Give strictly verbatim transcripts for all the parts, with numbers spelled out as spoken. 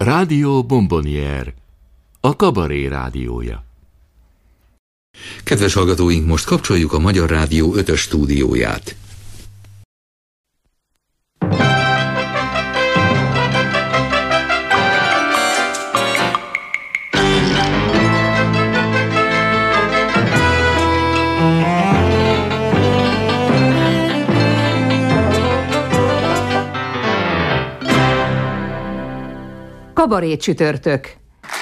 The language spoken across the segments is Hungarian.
Rádió Bombonier, a kabaré rádiója. Kedves hallgatóink, most kapcsoljuk a Magyar Rádió ötös stúdióját. Kabaré csütörtök.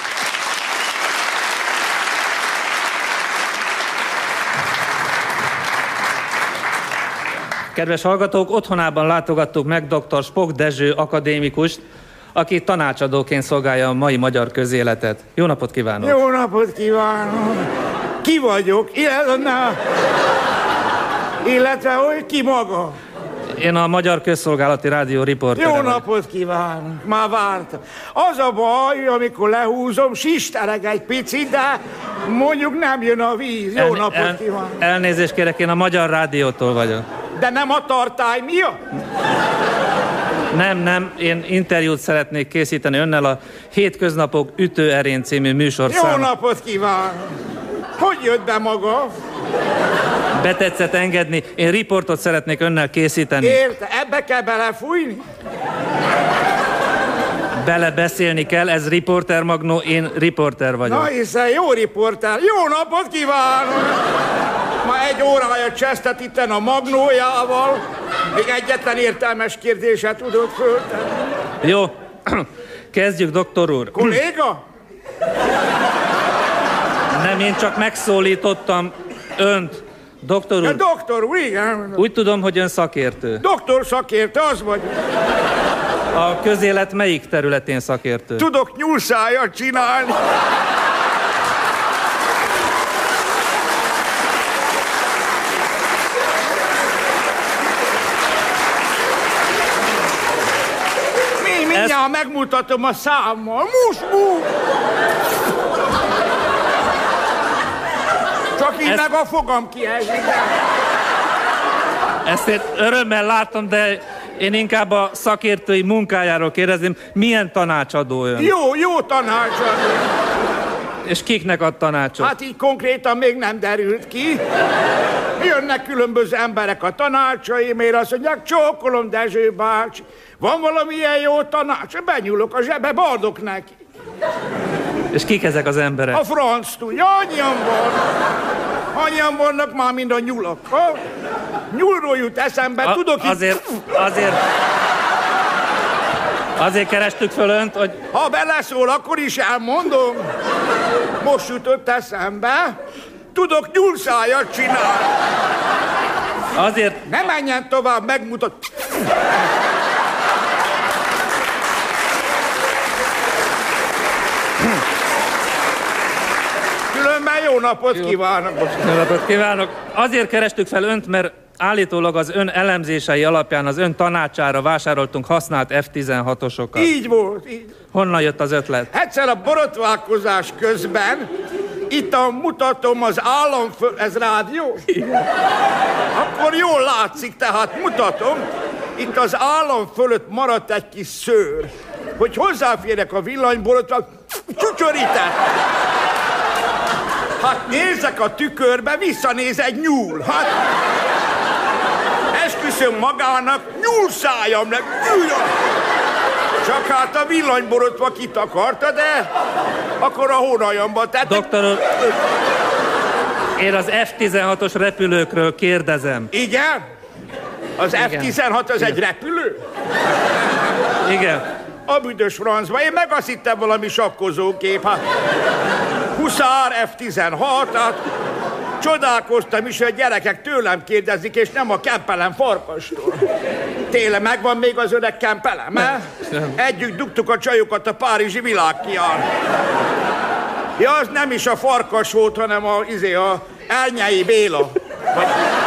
Kedves hallgatók, otthonában látogattuk meg dr. Spock Dezső akadémikust, aki tanácsadóként szolgálja a mai magyar közéletet. Jó napot kívánok! Jó napot kívánok! Ki vagyok? Illetve, illetve hogy ki maga? Én a Magyar Közszolgálati Rádió riportere Jó vagy. napot kívánok! Már vártam. Az a baj, amikor lehúzom, sistereg egy picit, de mondjuk nem jön a víz. Jó El, napot el, kívánok! elnézést kérek, én a Magyar Rádiótól vagyok. De nem a tartály miatt? Nem, nem, én interjút szeretnék készíteni önnel a Hétköznapok ütőerén című műsorszámon. Jó napot kívánok! Hogy jött be maga? Betetszett engedni, én riportot szeretnék önnel készíteni. Érte, ebbe kell belefújni? Bele beszélni kell, ez riporter magnó, én riporter vagyok. Na hiszen jó riporter, jó napot kívánok! Ma egy órája csesztet itten a magnójával, még egyetlen értelmes kérdéset tudott föltenni. Jó, kezdjük, doktor úr. Kolléga? Nem, én csak megszólítottam önt. Doktor úr, Ja, doktor úr, igen. úgy tudom, hogy ön szakértő. Doktor szakértő, az vagy. A közélet melyik területén szakértő? Tudok nyúlszájat csinálni. Mi, mindjárt Ezt... megmutatom a számmal. Musmú! Csak így Ezt... meg a fogam kiesik. Ezt én örömmel látom, de én inkább a szakértői munkájáról kérdezném, milyen tanácsadó ön? Jó, jó tanácsadó. És kiknek ad tanácsot? Hát így konkrétan még nem derült ki. Jönnek különböző emberek a tanácsaimért, azt mondják, csókolom Dezső bácsi, van valami ilyen jó tanács? Benyúlok a zsebbe, adok neki. És kik ezek az emberek? A franc tudja, annyian van. Annyian vannak már, mint a nyulak. Ha? Nyúlról jut eszembe, a, tudok azért, itt... azért, azért kerestük föl önt, hogy... Ha beleszól, akkor is elmondom. Most jutott eszembe, tudok nyúlszájat csinálni. Azért... Ne menjen tovább, megmutat... Különben jó napot jó. kívánok! Jó napot kívánok! Azért kerestük fel önt, mert állítólag az ön elemzései alapján az ön tanácsára vásároltunk használt F tizenhatosokat. Így volt, így. Honnan jött az ötlet? Egyszer a borotválkozás közben itt a mutatom az államföld... Ez rádió? Igen. Akkor jól látszik, tehát mutatom. Itt az állam fölött maradt egy kis szőr. Hogy hozzáférek a villanyborotval, csücsörített. Hát nézek a tükörbe, visszanéz egy nyúl. Hát esküszöm magának, nyúlszájam lett. Csak hát a villanyborotva kitakarta, de akkor a hónajamba tett. Doktor úr, én az F tizenhatos repülőkről kérdezem. Igen? Az Igen. F tizenhat az Igen. egy repülő? Igen. A büdös francba. Én meg azt hittem valami sakkozókép. Hát, huszár F tizenhat, hát csodálkoztam is, hogy a gyerekek tőlem kérdezik, és nem a Kempelen farkastól. Tényleg megvan még az öreg Kempelem, eh? Együtt dugtuk a csajokat a párizsi világkiára. Ja, az nem is a farkas volt, hanem a, izé, a Elnyei Béla. Vagy,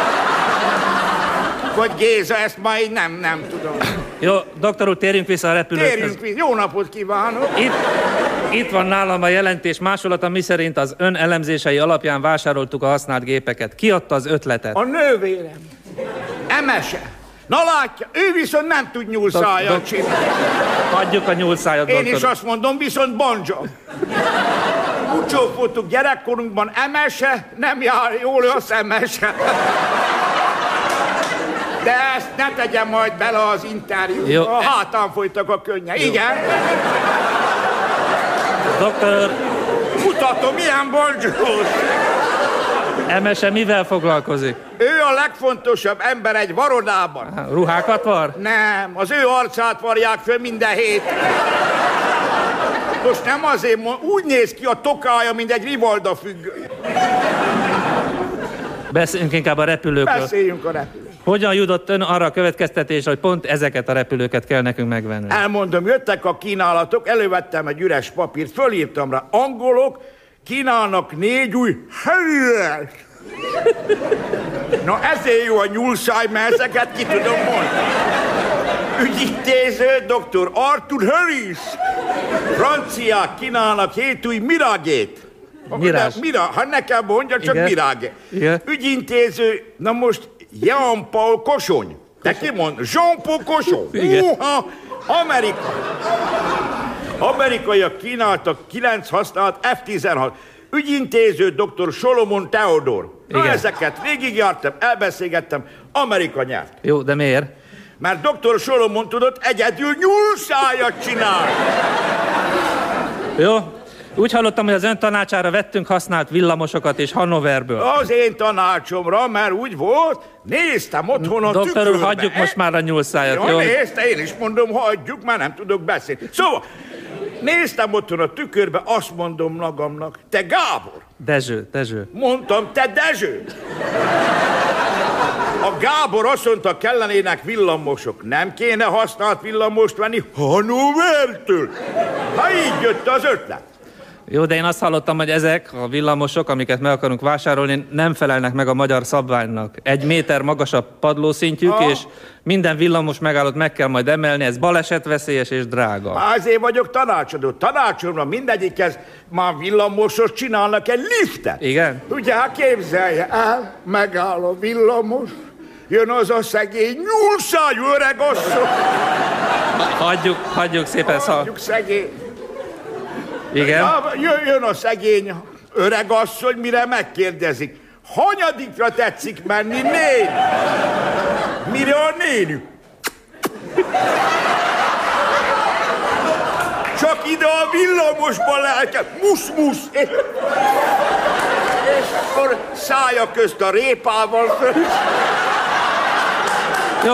vagy Géza, ezt már így nem, nem tudom. Jó, doktor úr, térjünk vissza a repülőkhöz. Térjünk vissza. Jó napot kívánok! Itt, itt van nálam a jelentés másolata, miszerint az ön elemzései alapján vásároltuk a használt gépeket. Ki adta az ötletet? A nővérem. Emese. Na látja, ő viszont nem tud nyúlszájat csinálni. Hagyjuk a nyúlszájat, Én doktor. is azt mondom, viszont Bon Jovi. Úgy csókoltuk gyerekkorunkban, emese, nem jár jól a szemese. De ezt ne tegyem majd bele az interjúba. A hátán folytak a könnyek. Igen? Doktor... Mutatom, milyen Bon Jovi. Emese mivel foglalkozik? Ő a legfontosabb ember egy varodában. Ruhákat var? Nem, az ő arcát varják föl minden hét. Most nem azért mond, úgy néz ki a tokája, mint egy Rivalda függő. Beszéljünk inkább a repülőkről. Beszéljünk a repülőkről. Hogyan jutott ön arra a következtetésre, hogy pont ezeket a repülőket kell nekünk megvenni? Elmondom, jöttek a kínálatok, elővettem egy üres papírt, fölírtam rá, angolok kínálnak négy új helyet. Na ezért jó a nyúlszáj, mert ezeket ki tudom mondani. Ügyintéző doktor Arthur Harris. Franciák kínálnak hét új Miragét. Mirázs. Mira, ha nekem mondja, csak Mirage. Ügyintéző, na most Jean-Paul Kosony. Te ki mond? Jean-Paul Kosony. Uha, Amerika. Amerikaiak kínáltak kilenc használt F tizenhat. Ügyintéző doktor Solomon Theodore. Na igen. Ezeket végigjártam, elbeszélgettem, Amerika nyert. Jó, de miért? Mert doktor Solomon tudott egyedül nyúlszájat csinálni. Jó. Úgy hallottam, hogy az ön tanácsára vettünk használt villamosokat és Hannoverből. Az én tanácsomra, mert úgy volt, néztem otthon a Doktor tükörbe. úr, hagyjuk most már a nyúlszájat, jó? jó? Nézte, én is mondom, hagyjuk, mert nem tudok beszélni. Szóval, néztem otthon a tükörbe, azt mondom magamnak, te Gábor. Dezső, Dezső. Mondtam, te Dezső. A Gábor azt mondta, kellenének villamosok. Nem kéne használt villamost venni Hannovertől. Ha így jött az ötlet. Jó, de én azt hallottam, hogy ezek a villamosok, amiket meg akarunk vásárolni, nem felelnek meg a magyar szabványnak. Egy méter magasabb padlószintjük, ha. és minden villamos megállót meg kell majd emelni, ez balesetveszélyes és drága. Azért vagyok tanácsadó. Tanácsomra mindegyikhez már villamosos csinálnak egy liftet. Igen? Ugye, hát képzelje el, megáll a villamos, jön az a szegény nyúlszájú öreg asszony. Hagyjuk, hagyjuk szépen, szal. Hagyjuk szegény. Igen? Jön, jön a szegény öreg asszony, mire megkérdezik. Hanyadikra tetszik menni, néni? Mire a néni? Csak ide a villamosba lehet, musz-musz. És, és akkor szája közt a répával. Jó.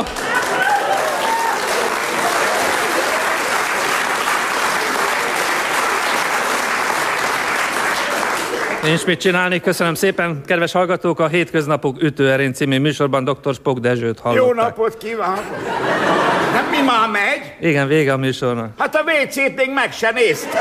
Én is mit csinálni? Köszönöm szépen, kedves hallgatók, a Hétköznapok ütőerén című műsorban doktor Spock Dezsőt hallották. Jó napot kívánok! Nem mi már megy? Igen, vége a műsornak. Hát a vécét még meg se nézte.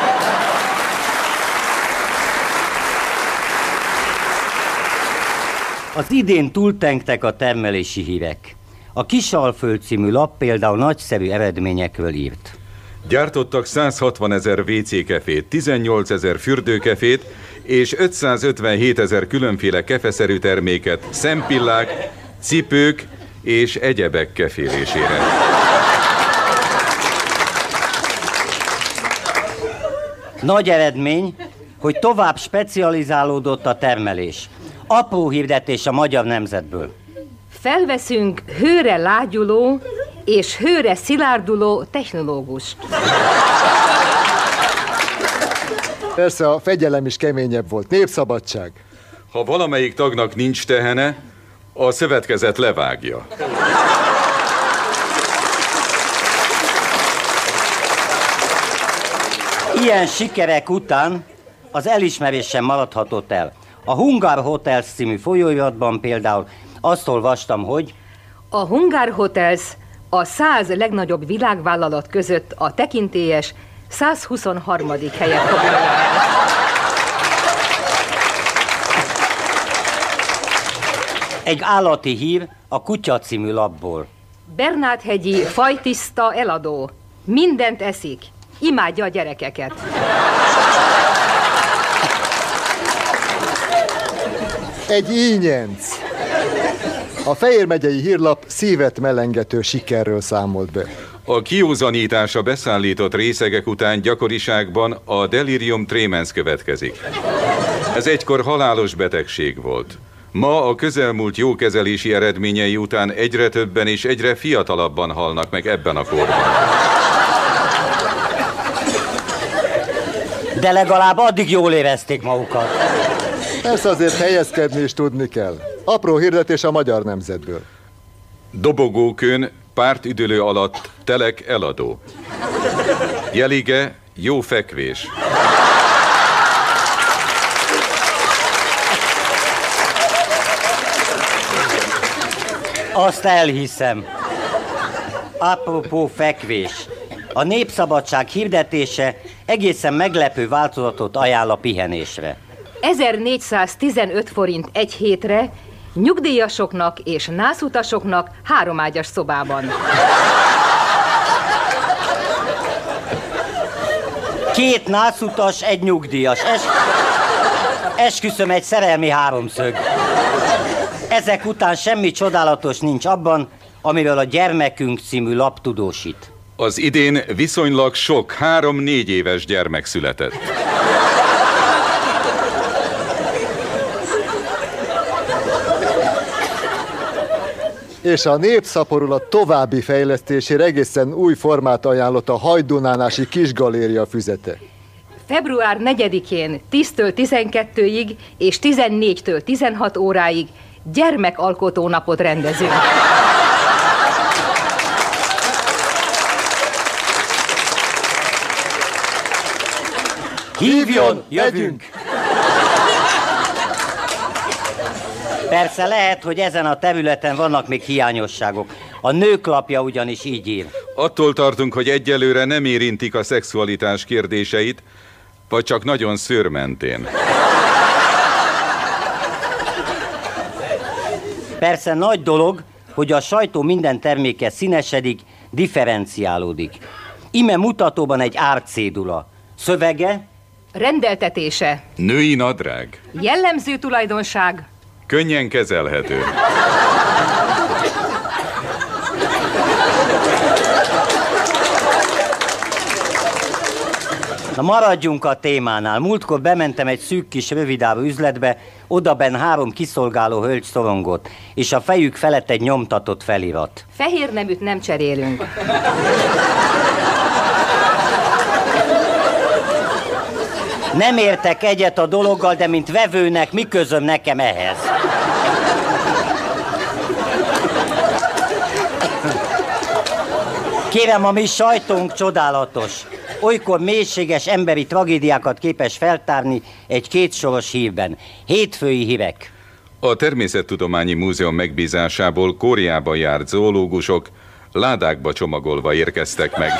Az idén túltengtek a termelési hírek. A Kisalföld című lap például nagyszerű eredményekről írt. Gyártottak százhatvanezer vé cé kefét, tizennyolcezer fürdőkefét és ötszázötvenhétezer különféle kefeszerű terméket, szempillák, cipők és egyebek kefélésére. Nagy eredmény, hogy tovább specializálódott a termelés. Apró hirdetés a Magyar Nemzetből. Felveszünk hőre lágyuló és hőre szilárduló technológust. Persze a fegyelem is keményebb volt. Népszabadság. Ha valamelyik tagnak nincs tehene, a szövetkezet levágja. Ilyen sikerek után az elismerés sem maradhatott el. A Hungar Hotels című folyóiratban például azt olvastam, hogy a Hungar Hotels a száz legnagyobb világvállalat között a tekintélyes százhuszonharmadik helyet foglalja el. Egy állati hír a Kutya című lapból. Bernát-hegyi fajtiszta eladó. Mindent eszik. Imádja a gyerekeket. Egy ínyenc. A Fejér megyei hírlap szívet melengető sikerről számolt be. A kiózanítása beszállított részegek után gyakoriságban a delirium tremens következik. Ez egykor halálos betegség volt. Ma a közelmúlt jó kezelési eredményei után egyre többen és egyre fiatalabban halnak meg ebben a korban. De legalább addig jól érezték magukat. Ezt azért helyezkedni is tudni kell. Apró hirdetés a Magyar Nemzetből. Dobogókön pártüdülő alatt telek eladó. Jelige jó fekvés. Azt elhiszem. Apropó fekvés. A Népszabadság hirdetése egészen meglepő változatot ajánl a pihenésre. ezernégyszáztizenöt forint egy hétre, nyugdíjasoknak és nászutasoknak háromágyas szobában. Két nászutas, egy nyugdíjas. Es... Esküszöm, egy szerelmi háromszög. Ezek után semmi csodálatos nincs abban, amiről a Gyermekünk című lap tudósít. Az idén viszonylag sok három-négy éves gyermek született. És a Népszaporulat további fejlesztésére egészen új formát ajánlott a Hajdunánási Kisgaléria füzete. február negyedikén tíztől tizenkettőig és tizennégytől tizenhat óráig gyermekalkotó napot rendezünk. Hívjon, jövünk! Persze lehet, hogy ezen a területen vannak még hiányosságok. A Nőklapja ugyanis így ír. Attól tartunk, hogy egyelőre nem érintik a szexualitás kérdéseit, vagy csak nagyon szőrmentén. Persze nagy dolog, hogy a sajtó minden terméke színesedik, differenciálódik. Ime mutatóban egy árcédula. Szövege? Rendeltetése. Női nadrág. Jellemző tulajdonság. Könnyen kezelhető. Na maradjunk a témánál. Múltkor bementem egy szűk kis rövidáru üzletbe, odaben három kiszolgáló hölgy szorongott, és a fejük felett egy nyomtatott felirat. Fehér neműt nem cserélünk. Nem értek egyet a dologgal, de mint vevőnek mi közöm nekem ehhez? Kérem, a mi sajtónk csodálatos. Olykor mélységes emberi tragédiákat képes feltárni egy kétsoros hírben. Hétfői hírek. A Természettudományi Múzeum megbízásából Kóreába járt zoológusok ládákba csomagolva érkeztek meg.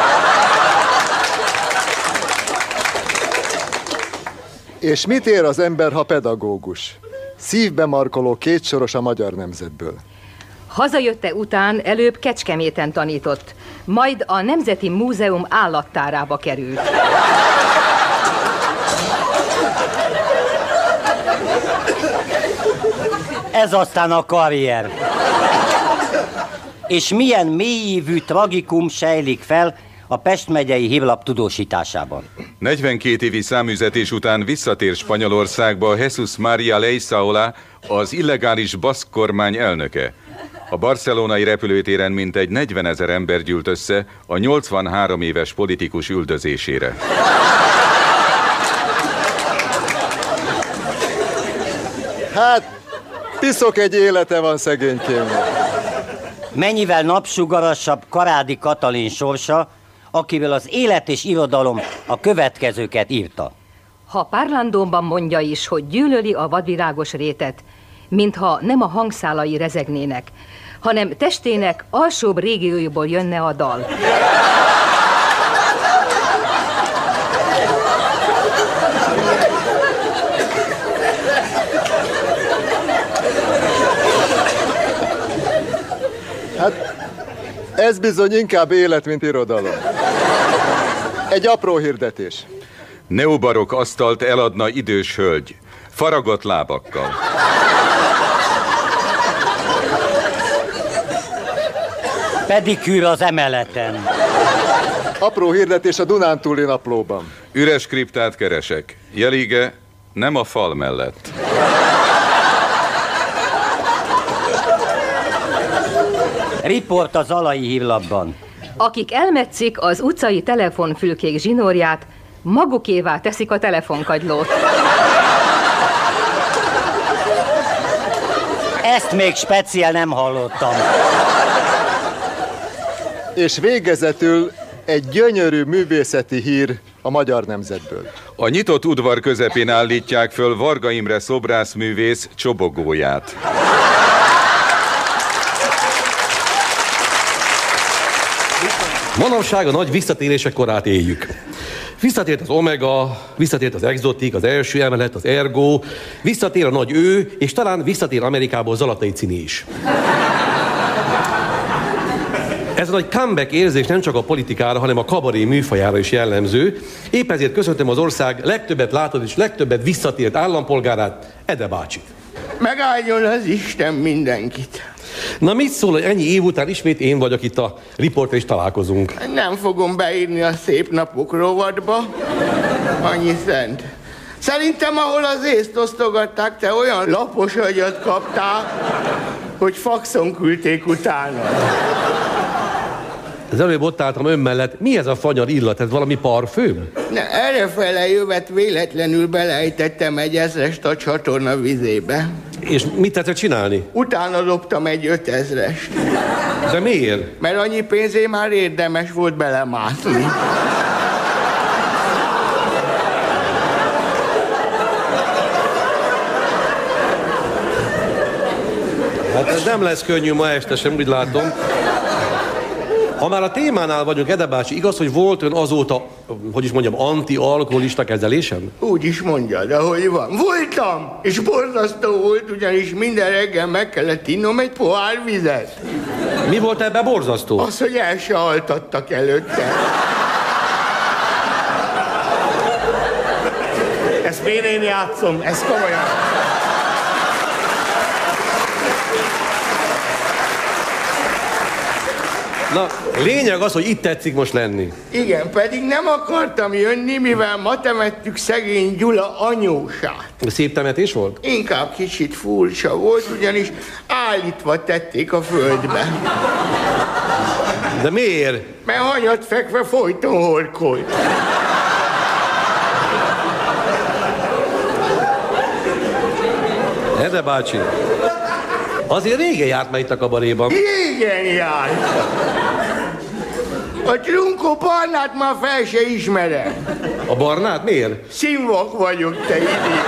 És mit ér az ember, ha pedagógus? Szívbe markoló kétsoros a Magyar Nemzetből. Hazajötte után előbb Kecskeméten tanított, majd a Nemzeti Múzeum állattárába került. Ez aztán a karrier. És milyen mélyívű tragikum sejlik fel a Pest megyei hírlap tudósításában. negyvenkét évi száműzetés után visszatér Spanyolországba Jesus María Leizaola, az illegális baszk kormány elnöke. A barcelonai repülőtéren mintegy negyvenezer ember gyűlt össze a nyolcvanhárom éves politikus üldözésére. Hát, piszok egy élete van szegénykémnek. Mennyivel napsugarasabb Karádi Katalin sorsa, akivel az Élet és Irodalom a következőket írta. Ha Párlandóban mondja is, hogy gyűlöli a vadvirágos rétet, mintha nem a hangszálai rezegnének, hanem testének alsóbb régióiból jönne a dal. Hát, ez bizony inkább élet, mint irodalom. Egy apró hirdetés. Neobarok asztalt eladna idős hölgy, faragott lábakkal. Pedikűr az emeleten. Apró hirdetés a Dunántúli naplóban. Üres kriptát keresek. Jelige nem a fal mellett. Riport az Alai hírlapban. Akik elmetszik az utcai telefonfülkék zsinórját, magukévá teszik a telefonkagylót. Ezt még speciál nem hallottam. És végezetül egy gyönyörű művészeti hír a Magyar Nemzetből. A nyitott udvar közepén állítják föl Varga Imre szobrászművész csobogóját. Manapság a nagy visszatérések korát éljük. Visszatért az Omega, visszatért az Exotik, az első emelet, az Ergo, visszatér a nagy ő, és talán visszatér Amerikából Zalatai Cini is. Ez a nagy comeback érzés nem csak a politikára, hanem a kabaré műfajára is jellemző. Épp ezért köszöntöm az ország legtöbbet látott és legtöbbet visszatért állampolgárát, Ede bácsit. Megáldjon az Isten mindenkit. Na mit szól, hogy ennyi év után ismét én vagyok itt a riportra, és találkozunk? Nem fogom beírni a szép napok rovatba. Annyi szent. Szerintem, ahol az észt osztogatták, te olyan lapos agyat kaptál, hogy faxon küldték utána. Az előbb ott álltam ön mellett. Mi ez a fanyar illat? Ez valami parfüm? Ne, errefele jövet véletlenül belejtettem egy ezrest a csatorna vizébe. És mit tetszett csinálni? Utána dobtam egy ötezrest. De miért? Mert annyi pénzé már érdemes volt belemászni. Hát ez nem lesz könnyű ma este sem, úgy látom. Ha már a témánál vagyunk, Ede bácsi, igaz, hogy volt ön azóta, hogy is mondjam, anti-alkoholista kezelésen? Úgy is mondjad, ahogy van. Voltam, és borzasztó volt, ugyanis minden reggel meg kellett innom egy pohár vizet. Mi volt ebben borzasztó? Az, hogy el se altattak előtte. Ezt miért én játszom? Ez komolyan. Na, lényeg az, hogy itt tetszik most lenni. Igen, pedig nem akartam jönni, mivel ma temettük szegény Gyula anyósát. Szép temetés volt? Inkább kicsit furcsa volt, ugyanis állítva tették a földbe. De miért? Mert hanyat fekve folyton horkolt. Ede bácsi, azért régen járt már itt a kabaréban. Igen járt. A Trunkó Barnát már fel se ismerem. A Barnát miért? Színvak vagyok, te idő.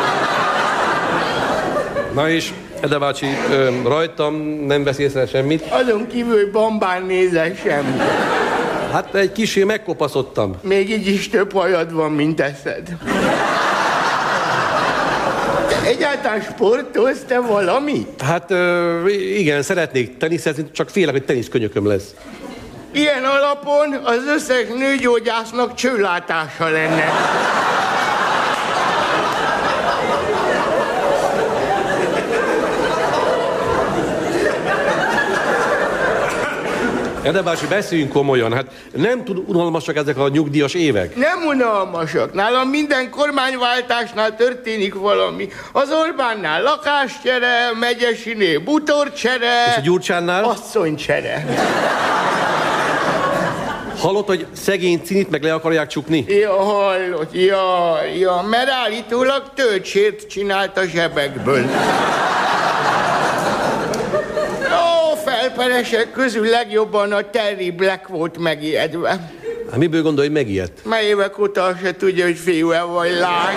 Na és, Ede bácsi, ö, rajtam nem vesz észre semmit? Azon kívül, hogy bambán nézel semmit. Hát egy kissé megkopaszodtam. Még így is több hajad van, mint eszed. Egyáltalán sportolsz te valamit? Hát ö, igen, szeretnék teniszezni, csak félek, hogy teniszkönyököm lesz. Ilyen alapon az összes nőgyógyásznak csőlátása lenne. Ede bácsi, beszéljünk komolyan, hát nem tud unalmasak ezek a nyugdíjas évek? Nem unalmasak. Nálam minden kormányváltásnál történik valami. Az Orbánnál lakáscsere, Megyesinél butorcsere. És a Gyurcsánnál? Asszonycsere. Hallott, hogy szegény Cinit meg le akarják csukni? Ja, hallott, ja, ja, mert állítólag töltsért csinált a zsebekből. Felperesek közül legjobban a Terry Black volt megijedve. Hát miből gondolj, hogy megijedt? Már évek óta se tudja, hogy fiú-e vagy lány.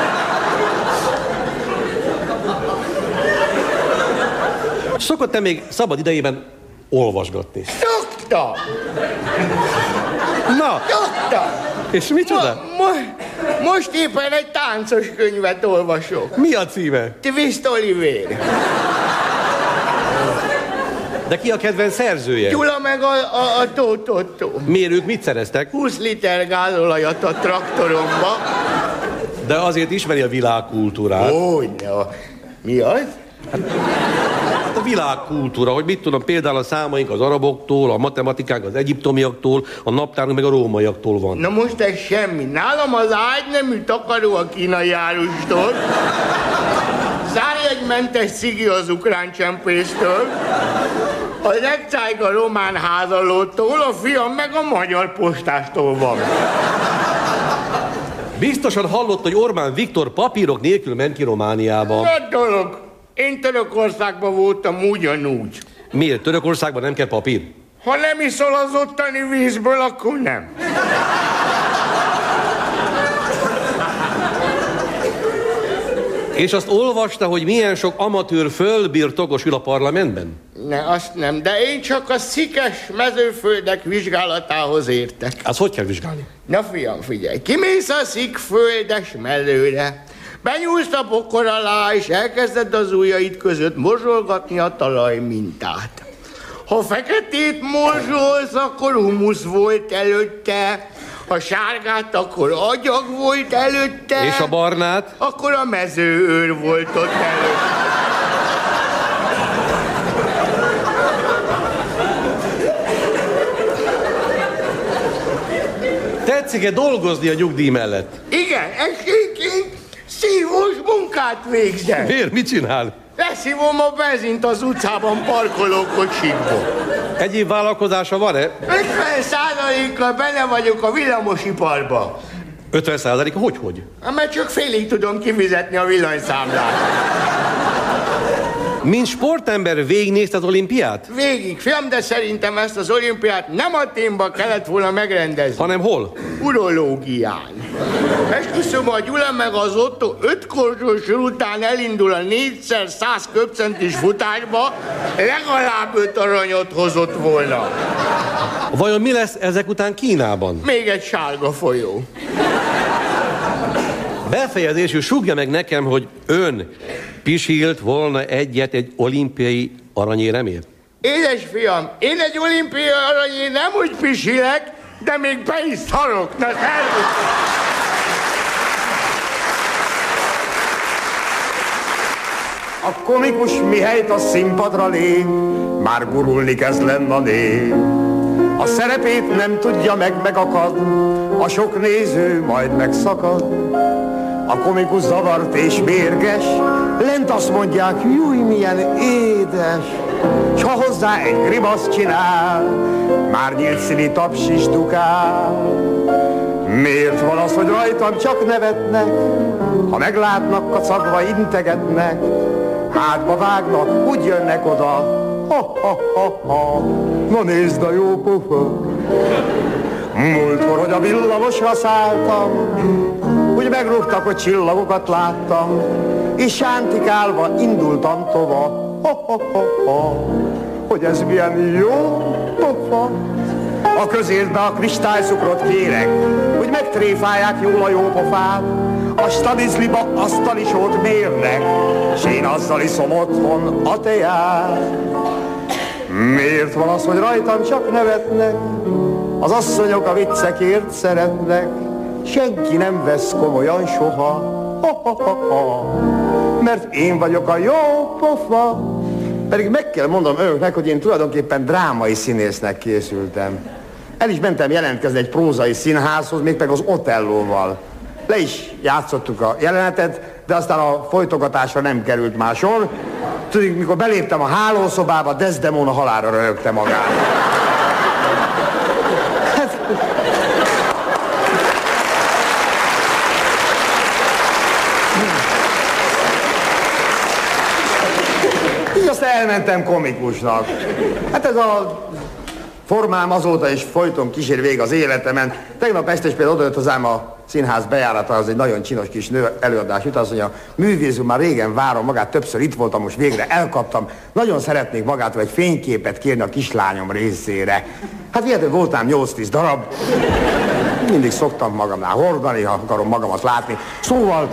Szokott te még szabad idejében olvasgatni? Szokta! Na! Szokta! És micsoda? Mo- mo- most éppen egy táncos könyvet olvasok. Mi a címe? Twist Oliver. De ki a kedvenc szerzője? Gyula meg a, a, a Tótótó. Miért ők mit szereztek? húsz liter gázolajat a traktoromba. De azért ismeri a világkultúrát. Hogyne, mi az? Hát a világkultúra, hogy mit tudom, például a számaink az araboktól, a matematikánk az egyiptomiaktól, a naptárunk meg a rómaiaktól van. Na most ez semmi. Nálam az ágynemű takaró a kínai árustól, szárjegymentes cigi az ukrán csempésztől, a legcáig a román házalótól, a fiam meg a magyar postástól van. Biztosan hallott, hogy Orbán Viktor papírok nélkül ment ki Romániába. Nagy dolog. Én Törökországban voltam ugyanúgy. Miért? Törökországban nem kell papír? Ha nem iszol az ottani vízből, akkor nem. És azt olvasta, hogy milyen sok amatőr fölbirtokosul a parlamentben? Ne, azt nem, de én csak a szikes mezőföldek vizsgálatához értek. Azt hogy kell vizsgálni? Na fiam, figyelj, kimész a szikföldes mezőre, benyúlsz a pokor alá, és elkezded az ujjaid között morzsolgatni a talaj mintát. Ha feketét morzsolsz, akkor humusz volt előtte, ha sárgát, akkor agyag volt előtte. És a barnát? Akkor a mezőőr volt ott előtte. Tetszik-e dolgozni a nyugdíj mellett? Igen, esténként szívós munkát végzek. Miért? Mit csinál? Leszívom a benzint az utcában parkoló kocsikból. Egyéb vállalkozása van-e? ötven százalékkal benne vagyok a villamosiparba. ötven százalék? Hogy-hogy? Mert csak félig tudom kifizetni a villanyszámlát. Mint sportember végignézted az olimpiát? Végig, fiam, de szerintem ezt az olimpiát nem Athénban kellett volna megrendezni. Hanem hol? Urológián. Esküszöm, a Gyula meg az Otto öt korsós után elindul a négyszer száz köbcentis futásba, legalább öt aranyot hozott volna. Vajon mi lesz ezek után Kínában? Még egy sárga folyó. Befejezésül sugja meg nekem, hogy ön pisilt volna egyet egy olimpiai aranyéremért? Édes fiam, én egy olimpiai aranyért nem úgy pisilek, de még be is szarok. Na, szervusz! A komikus mihelyt a színpadra lép, már gurulni kezd lenn a név. A szerepét nem tudja meg, megakad, a sok néző majd megszakad. A komikus zavart és mérges, lent azt mondják, júj, milyen édes. S ha hozzá egy grimaszt csinál, már nyílt színi taps is dukál. Miért van az, hogy rajtam csak nevetnek, ha meglátnak, kacagva integetnek, hátba vágnak, úgy jönnek oda, ha, ha, ha, ha. Na nézd a jó pofa. Múltkor, hogy a villamosra szálltam, úgy megrúgtak, hogy csillagokat láttam, és sántikálva indultam tovább. Ha, ha, ha, ha. Hogy ez milyen jó pofa. A közértbe a kristálycukrot kérek, hogy megtréfálják jól a jó pofát. A stadizliba asztalisót mérnek, s én azzal iszom otthon a teát. Miért van az, hogy rajtam csak nevetnek? Az asszonyok a viccekért szeretnek, senki nem vesz komolyan soha. Ha, ha, ha, ha. Mert én vagyok a jó pofa. Pedig meg kell mondanom önöknek, hogy én tulajdonképpen drámai színésznek készültem. El is mentem jelentkezni egy prózai színházhoz, mégpedig az Otellóval. Le is játszottuk a jelenetet, de aztán a folytogatásra nem került már sor. Tudjuk, mikor beléptem a hálószobába, Desdemona halálra röhögte magát. Hát... Így aztán elmentem komikusnak. Hát ez a formám azóta is folyton kísér végig az életemen. Tegnap este is például odajött hozzám a színház bejárata, az egy nagyon csinos kis nő előadás után, azt mondja, művész úr, már régen várom magát, többször itt voltam, most végre elkaptam. Nagyon szeretnék magától egy fényképet kérni a kislányom részére. Hát véletlenül voltám nyolc-tíz darab. Mindig szoktam magamnál hordani, ha akarom magamat látni. Szóval...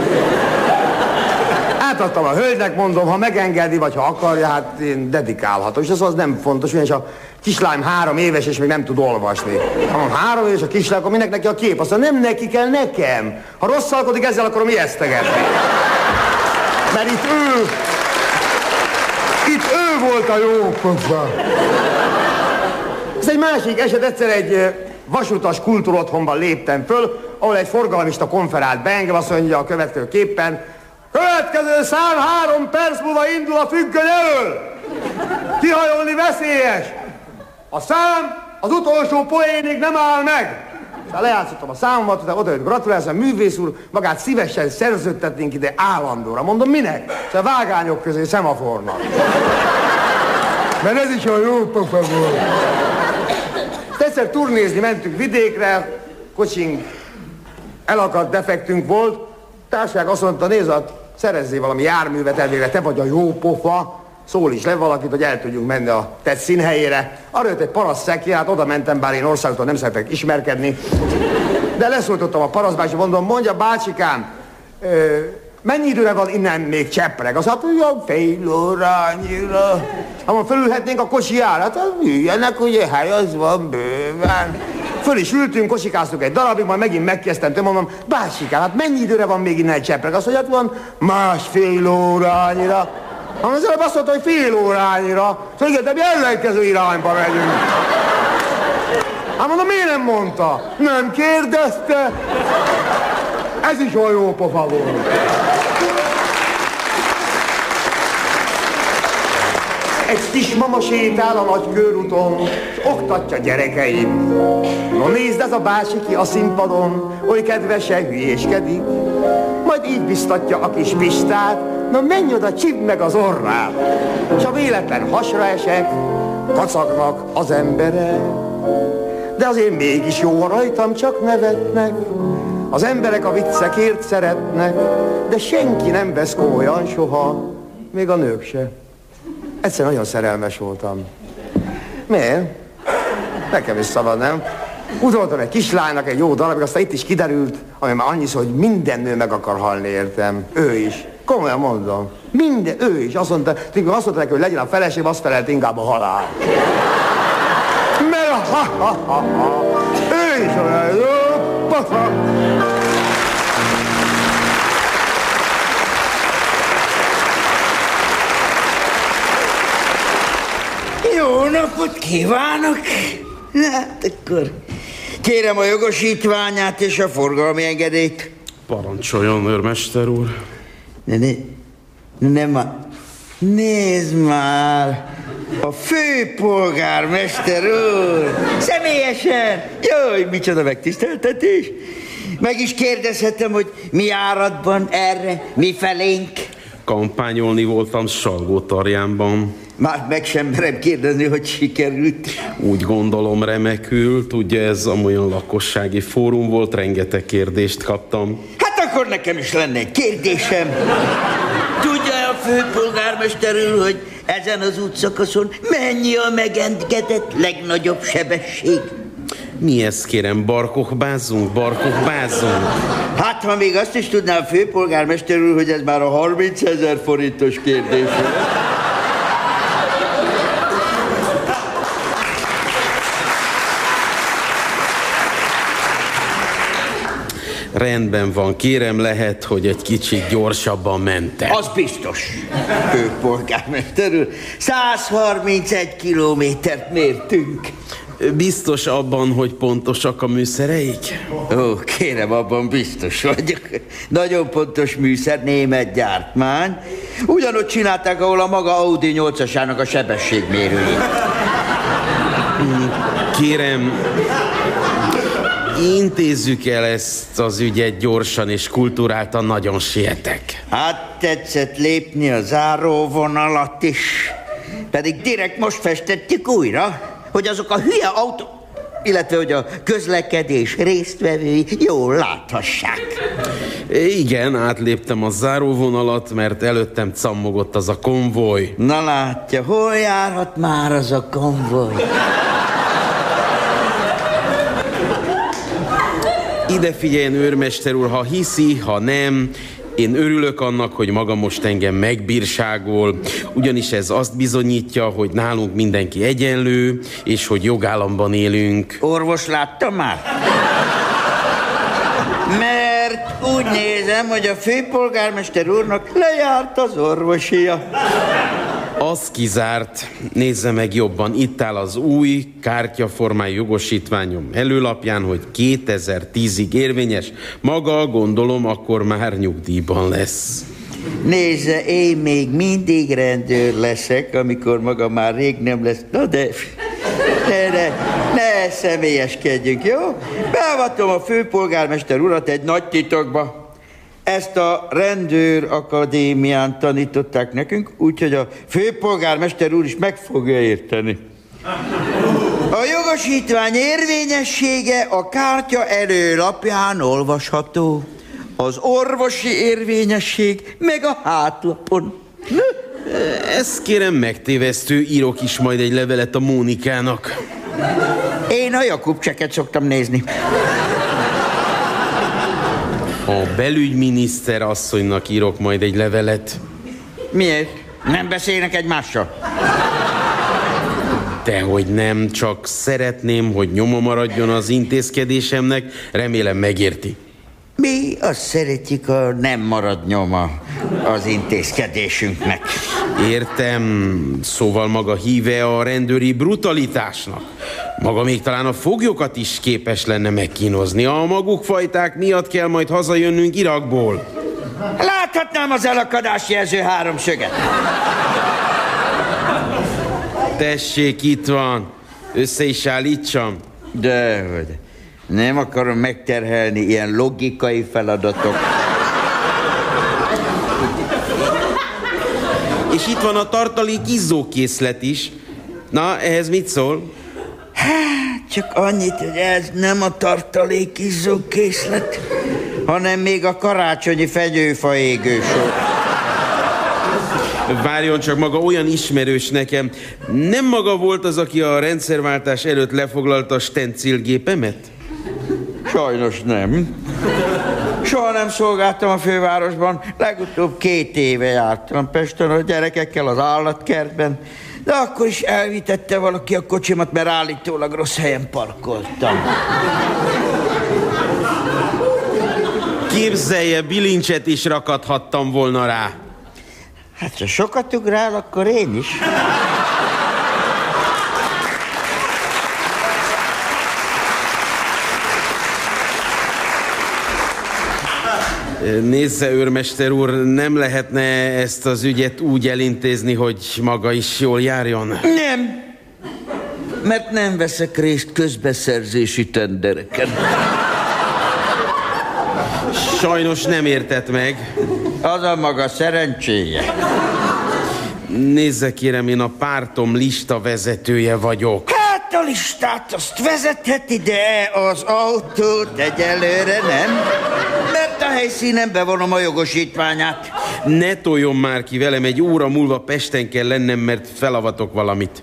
átadtam a hölgynek, mondom, ha megengedi, vagy ha akarja, hát én dedikálhatom. És az az nem fontos, ugyanis a kislány három éves, és még nem tud olvasni. Ha mondom, három éves a kislány, akkor minek neki a kép? Azt mondja, nem neki kell, nekem. Ha rosszalkodik ezzel, akarom ijesztegetni. Mert itt ő, itt ő Ő volt a jó pofa. Ez egy másik eset, egyszer egy vasutas kultúrotthonban léptem föl, ahol egy forgalmista konferált be, engem azt mondja a következőképpen: következő szám három perc múlva indul a függöny elől. Kihajolni veszélyes. A szám az utolsó poénig nem áll meg. Aztán lejátszottam a számomat, utána odajött gratulálsz, művész úr, magát szívesen szerződtetnénk ide állandóra. Mondom, minek? És a vágányok közé szemafornak. Mert ez is olyan jó pofa volt. Egyszer turnézni mentünk vidékre, kocsink elakadt, defektünk volt. Társaság azt mondta, nézd, szerezzél valami járművet elvégre, te vagy a jó pofa. Szólíts le valakit, hogy el tudjunk menni a tett színhelyére. Arra jött egy paraszt szekér, hát oda mentem, bár én országúton nem szeretek ismerkedni. De leszólítottam a parasztbácsi, mondom, mondja bácsikám, ö, mennyi időre van innen még Csepreg? Azt mondta, hogy fél órányira. Ha ma fölülhetnénk a kocsijára, hát hülyenek, ugye hely az van bőven. Föl is ültünk, kocsikáztunk egy darabig, majd megint megkezdtem, tőle mondom, bácsikám, hát mennyi időre van még innen Csepreg? Azt mondja, hát van másfél órányira. Hát az előbb azt mondta, hogy fél órányira. Szóval igen, de mi ellenkező irányba megyünk. Hát mondom, miért nem mondta? Nem kérdezte. Ez is olyan jó pofa volt. Egy kis mama sétál a nagy körúton, és oktatja gyerekeit. No nézd, ez a bácsi ki a színpadon, oly kedvesen hülyéskedik. Majd így biztatja a kis Pistát, na menj oda, csípd meg az orrát. És ha véletlen hasra esek, kacagnak az emberek. De azért mégis jó, rajtam csak nevetnek. Az emberek a viccekért szeretnek, de senki nem vesz komolyan soha, még a nők se. Egyszer nagyon szerelmes voltam. Miért? Nekem is szabad, nem? Udoltam egy kislánynak egy jó darabig, aztán itt is kiderült, ami már annyiszor, hogy minden nő meg akar halni, értem. Ő is. Komolyan mondom. Minden, ő is. Azt mondta, azt mondta neki, hogy legyen a feleség, azt felelt inkább a halál. Mert ha, ha, ha, ha. Ő is olyan jó, pafa. Jó napot kívánok! Na, hát akkor kérem a jogosítványát és a forgalmi engedélyt. Parancsoljon, őrmester úr. Ne, ne, nem a... Nézd már! A főpolgármester úr! Személyesen! Jaj, micsoda megtiszteltetés! Meg is kérdezhetem, hogy mi áradban erre, mi felénk? Kampányolni voltam Salgótarjánban. Már meg sem merem kérdezni, hogy sikerült. Úgy gondolom, remekül. Tudja, ez amolyan lakossági fórum volt, rengeteg kérdést kaptam. Hát akkor nekem is lenne egy kérdésem. Tudja a főpolgármester úr, hogy ezen az útszakaszon mennyi a megengedett legnagyobb sebesség? Mi ez, kérem, barkokbázzunk, barkokbázzunk? Hát, ha még azt is tudná a főpolgármester úr, hogy ez már a harmincezer forintos kérdés. Rendben van, kérem, lehet, hogy egy kicsit gyorsabban mentem. Az biztos, főpolgármester úr. száz harmincegy kilométert mértünk. Biztos abban, hogy pontosak a műszereik? Ó, kérem, abban biztos vagyok. Nagyon pontos műszer, német gyártmány. Ugyanott csinálták, ahol a maga Audi nyolcasának a sebességmérőjét. Kérem, intézzük el ezt az ügyet gyorsan és kulturáltan, nagyon sietek. Hát tetszett lépni a záróvonalat is. Pedig direkt most festettük újra, hogy azok a hülye autó, illetve hogy a közlekedés résztvevői jól láthassák. Igen, átléptem a záróvonalat, mert előttem cammogott az a konvoj. Na látja, hol járhat már az a konvoj? Ide figyeljen, őrmester úr, ha hiszi, ha nem, én örülök annak, hogy maga most engem megbírságol, ugyanis ez azt bizonyítja, hogy nálunk mindenki egyenlő, és hogy jogállamban élünk. Orvos látta már? Mert úgy nézem, hogy a főpolgármester úrnak lejárt az orvosia. Az kizárt. Nézze meg jobban, itt áll az új kártyaformájú jogosítványom előlapján, hogy kétezer-tízig érvényes. Maga, gondolom, akkor már nyugdíjban lesz. Nézze, én még mindig rendőr leszek, amikor maga már rég nem lesz. Na de, ne, ne, ne személyeskedjünk, jó? Beavatom a főpolgármester urat egy nagy titokba. Ezt a rendőr akadémián tanították nekünk, úgyhogy a főpolgármester úr is meg fogja érteni. A jogosítvány érvényessége a kártya előlapján olvasható. Az orvosi érvényesség meg a hátlapon. Ez kérem megtévesztő, írok is majd egy levelet a Mónikának. Én a Jakub-cseket szoktam nézni. A belügyminiszter asszonynak írok majd egy levelet. Miért? Nem beszélnek egymással? Dehogy nem, csak szeretném, hogy nyoma maradjon az intézkedésemnek. Remélem megérti. Mi azt szeretjük, ha nem marad nyoma az intézkedésünknek. Értem, szóval maga híve a rendőri brutalitásnak. Maga még talán a foglyokat is képes lenne megkínozni. A maguk fajták miatt kell majd hazajönnünk Irakból. Láthatnám az elakadásjelző háromszöget. Tessék, itt van. Össze is állítsam. Dehogy. Nem akarom megterhelni ilyen logikai feladatok. És itt van a tartalék izzókészlet is. Na, ehhez mit szól? Hát, csak annyit, hogy ez nem a tartalék izzókészlet, hanem még a karácsonyi fegyőfa égősor. Várjon csak, maga olyan ismerős nekem. Nem maga volt az, aki a rendszerváltás előtt lefoglalta a stencilgépemet? Sajnos nem. Soha nem szolgáltam a fővárosban, legutóbb két éve jártam Pesten a gyerekekkel az állatkertben, de akkor is elvitette valaki a kocsimat, mert állítólag rossz helyen parkoltam. Képzelje, bilincset is rakadhattam volna rá. Hát, ha sokat ugrál, akkor én is. Nézze, őrmester úr, nem lehetne ezt az ügyet úgy elintézni, hogy maga is jól járjon? Nem, mert nem veszek részt közbeszerzési tendereken. Sajnos nem értett meg. Az a maga szerencséje. Nézze, kérem, én a pártom lista vezetője vagyok. Hát a listát azt vezetheti, de az autót egyelőre nem, mert a helyszínen bevonom a jogosítványát. Ne toljon már ki velem, egy óra múlva Pesten kell lennem, mert felavatok valamit.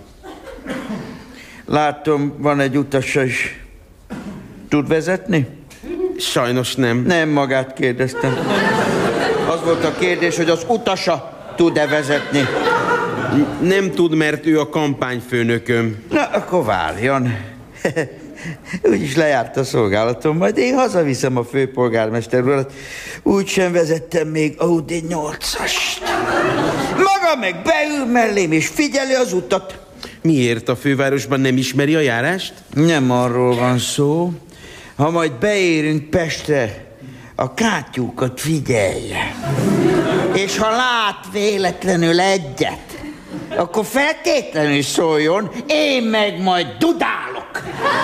Látom, van egy utasa is. Tud vezetni? Sajnos nem. Nem magát kérdeztem. Az volt a kérdés, hogy az utasa tud-e vezetni. Nem tud, mert ő a kampányfőnököm. Na, akkor várjon. Úgyis lejárt a szolgálatom, majd én hazaviszem a főpolgármester urat. Úgy sem vezettem még Audi nyolcast. Maga meg beül mellém és figyeli az utat. Miért? A fővárosban nem ismeri a járást? Nem arról van szó. Ha majd beérünk Pestre, a kátyúkat figyelje. És ha lát véletlenül egyet, akkor feltétlenül szóljon, én meg majd dudálok.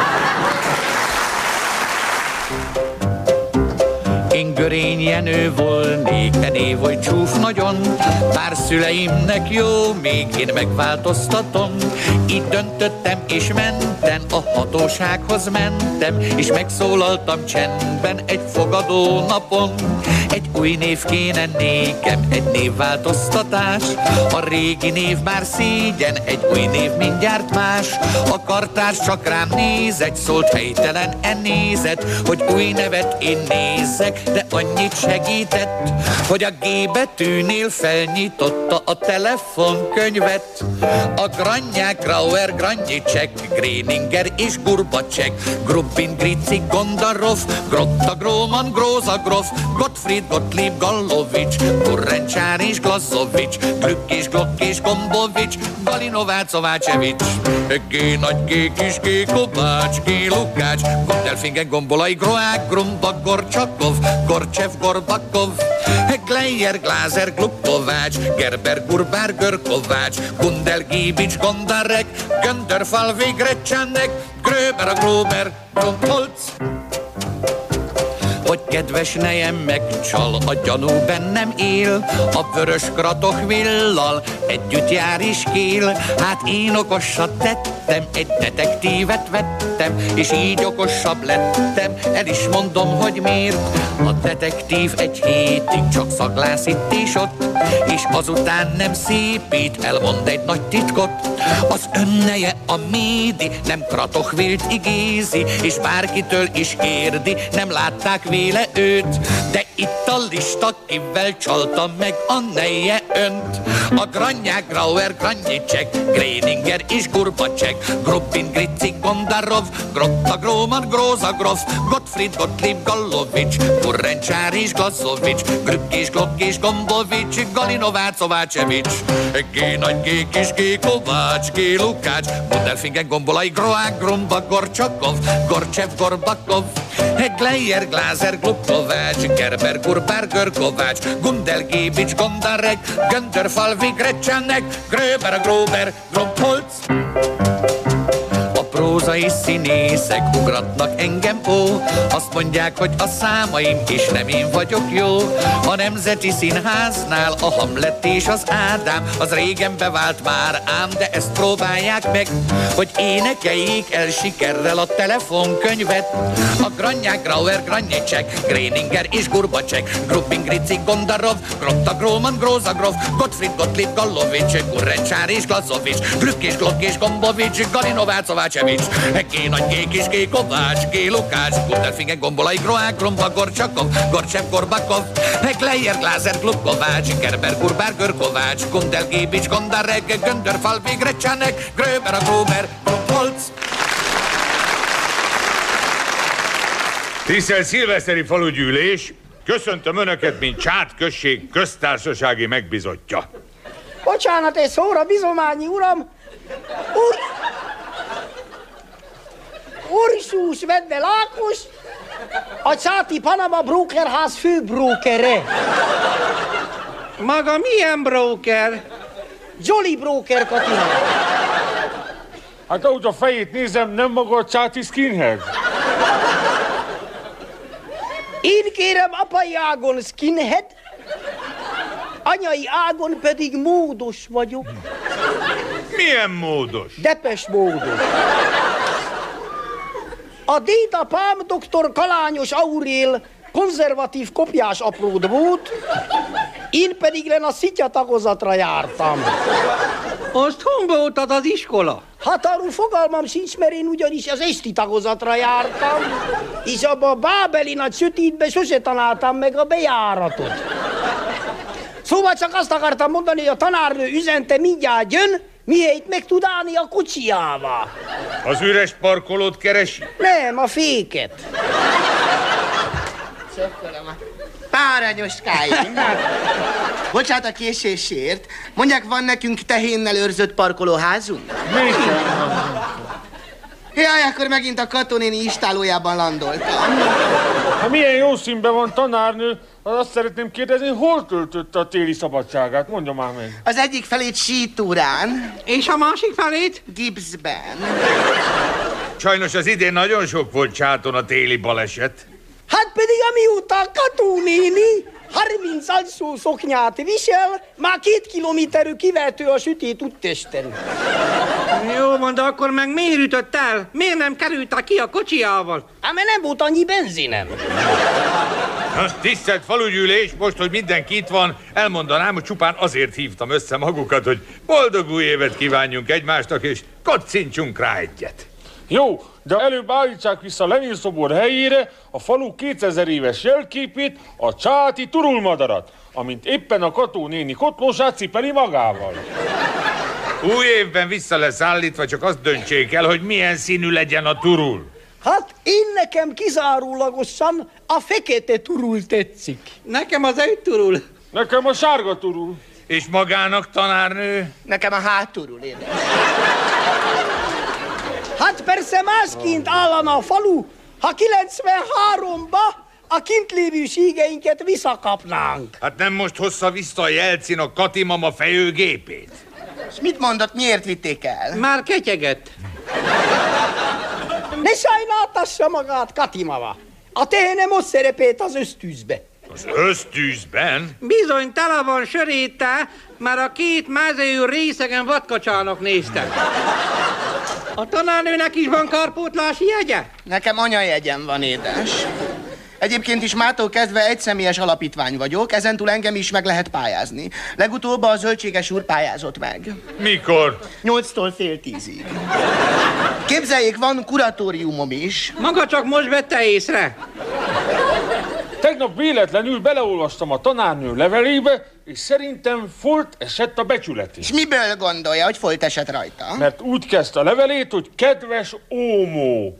Én Görény Jenő volnék, de név, hogy csúf nagyon, bár szüleimnek jó, még én megváltoztatom. Így döntöttem és mentem, a hatósághoz mentem, és megszólaltam csendben egy fogadó napon. Egy új név kéne nékem, egy névváltoztatás, a régi név már szégyen, egy új név mindjárt más. A kartárs csak rám nézett, szólt helytelen e nézet, hogy új nevet én nézzek, de annyit segített, hogy a G betűnél felnyitotta a telefonkönyvet. A Granyák, Grauer, Granyicek, Gréning Gréninger és Gurbacsek, Grubbin, Grici, Gondarov, Grotta, Gróman, Gróza, Grof, Gottfried, Gottlieb, Gallovics, Kurrencsár és Glazovics, Glück és Glock és Gombovics, Galinovác, Szovácsevics, G nagy G kis G Kovács, G Lukács, Gondelfingen, Gombolai, Groák, Grumba, Gorcsakov, Gorcsev, Gorbakov, Gleyer, Glázer, Glukkovács, Gerber, Gurbár, Görkovács, Gundel, Gibics, Gondarek, Göndör, Falvég, Recsánek, Gröber, a Gróber, Gromholc. Hogy kedves nejem megcsal, a gyanú bennem él, a vörös kratok villal együtt jár is kél. Hát én okosat tettem, egy detektívet vettem, és így okosabb lettem, el is mondom, hogy miért. A detektív egy hétig csak szaglász itt és ott, és azután nem szépít, elmond egy nagy titkot. Az önneje a médi, nem kratochvilt igézi, és bárkitől is kérdi, nem látták véle őt. De itt a lista, kivel csalta meg a neje önt. A Granyák, Grauer, Granyicek, Gréninger és Gurbacsek, Grubbin, Grici, Gondarov, Grotta, Gróman, Gróza, Grof, Gottfried, Gottlieb, Gallovics, Kurrencsár és Glazovics, Glück és Glock és Gombovics, Galinovác, Szovácsevics, G nagy G kis G Kovács, G Lukács, Bundelfingen, Gombolai, Groák, Grumba, Gorcsakov, Gorcsev, Gorbakov, Gleyer, Glázer, Glukkovács, Gerber, Gurbár, Görkovács, Gundel, Gibics, Gondarek, Göndör, Falvig, Recsánek, Gröber, a Gróber, Gromholc. Prózai színészek ugratnak engem, ó, azt mondják, hogy a számaim is nem én vagyok jó. A Nemzeti Színháznál a Hamlet és az Ádám az régen bevált már ám, de ezt próbálják meg, hogy énekeljék el sikerrel a telefonkönyvet. A Granyák, Grauer, Granyicek, Gréninger és Gurbacsek, Grubbin, Grici, Gondarov, Grotta, Gróman, Gróza, Grof, Gottfried, Gottlieb, Gallovics, Kurrencsár és Glazovics, Glück és Glock és Gombovics, Galinovác, Szovácsevics, G nagy G kis G Kovács, G Lukács, Gundelfingen, Gombolai, Groák, Gromba, Gorcsakov, Gorcsev, Gorbakov, Gleyer, Glázer, Glukkovács, Gerber, Gurbár, Görkovács, Gundel, Gibics, Gondarek, Göndör, Falvég, Recsánek, Gröber, a Gróber, Gromholc. Tisztelt szilveszteri falugyűlés, köszöntöm Önöket, mint Csát község köztársasági megbizottja. Bocsánat, egy szóra, bizományi uram! Úr! Ursús Vedde Lákos, a Csáti Panama Brokerház főbrókere. Maga milyen broker? Jolly Broker, Katina. Hát ahogy a fejét nézem, nem maga a Csáti Skinhead? Én kérem apai ágon skinhead, anyai ágon pedig módos vagyok. Milyen módos? Depes módos. A dédapám doktor Kalányos Aurél konzervatív kopjás apród volt, én pedig len a szitja tagozatra jártam. Azt hol voltad az iskola? Hát arról fogalmam sincs, mert én ugyanis az esti tagozatra jártam, és abba a bábeli nagy sötétbe sose tanáltam meg a bejáratot. Szóval csak azt akartam mondani, hogy a tanárnő üzente mindjárt jön, mihelyt meg tud állni a kocsijával. Az üres parkolót keresi? Nem, a féket. Csökkolom a párányoskáim. Bocsánat a késésért. Mondják, van nekünk tehénnel őrzött parkolóházunk? Jaj, akkor megint a katonéni istálójában landoltam. Ha milyen jó színben van tanárnő, azt szeretném kérdezni, hol töltötte a téli szabadságát? Mondja már meg. Az egyik felét sítúrán. És a másik felét? Gipszben. Sajnos az idén nagyon sok volt Csáton a téli baleset. Hát pedig amióta a Kató néni harminc alsó szoknyát visel, már két kilométerű kivető a sütét úttesten. Jó van, de akkor meg miért ütött el? Miért nem kerültek ki a kocsijával? Hát mert nem volt annyi benzinem. Tisztelt falugyűlés, most, hogy mindenki itt van, elmondanám, hogy csupán azért hívtam össze magukat, hogy boldog új évet kívánjunk egymásnak, és kocincsunk rá egyet. Jó, de előbb állítsák vissza Lenin szobor helyére a falu kétezer éves jelképét, a csáti turulmadarat, amint éppen a Kató néni kotlósát cipeli magával. Új évben vissza lesz állítva, csak azt döntsék el, hogy milyen színű legyen a turul. Hát én nekem kizárólagosan a fekete turul tetszik. Nekem az egy turul. Nekem a sárga turul. És magának, tanárnő? Nekem a hátturul, édes. Hát persze másként állana a falu, ha kilencvenháromba a kint lévő ségeinket visszakapnánk. Hát nem most hozza vissza a Jelcin a Kati mama fejőgépét? És mit mondott, miért vitték el? Már ketyegett. Ne sajnáltassa magát, Kati mama. A tehenem ott szerepelt az ösztűzbe. Az ösztűzben? Bizony tele van söréttel, már a két mázejű részegen vadkacsának néztek. A tanárnőnek is van kárpótlási jegye? Nekem anyajegyem van, édes. Egyébként is mától kezdve egyszemélyes alapítvány vagyok, ezentúl engem is meg lehet pályázni. Legutóbb a Zöldséges úr pályázott meg. Mikor? Nyolctól fél tízig. Képzeljék, van kuratóriumom is. Maga csak most vette észre. Tegnap véletlenül beleolvastam a tanárnő levelébe, és szerintem folt esett a becsületi. És miből gondolja, hogy folt esett rajta? Mert úgy kezdte a levelét, hogy kedves Ómó.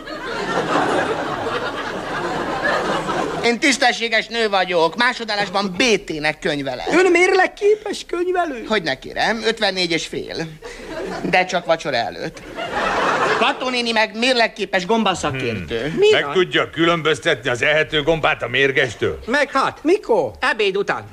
Én tisztességes nő vagyok, másodállásban bé té-nek könyvelem. Ön mérlekképes könyvelő? Hogy ne kérem, ötvennégy és fél. De csak vacsora előtt. Plató néni meg mérlekképes gombaszakértő. Hmm. Meg van? Tudja különböztetni az ehető gombát a mérgestől? Meg hát. Mikor? Ebéd után.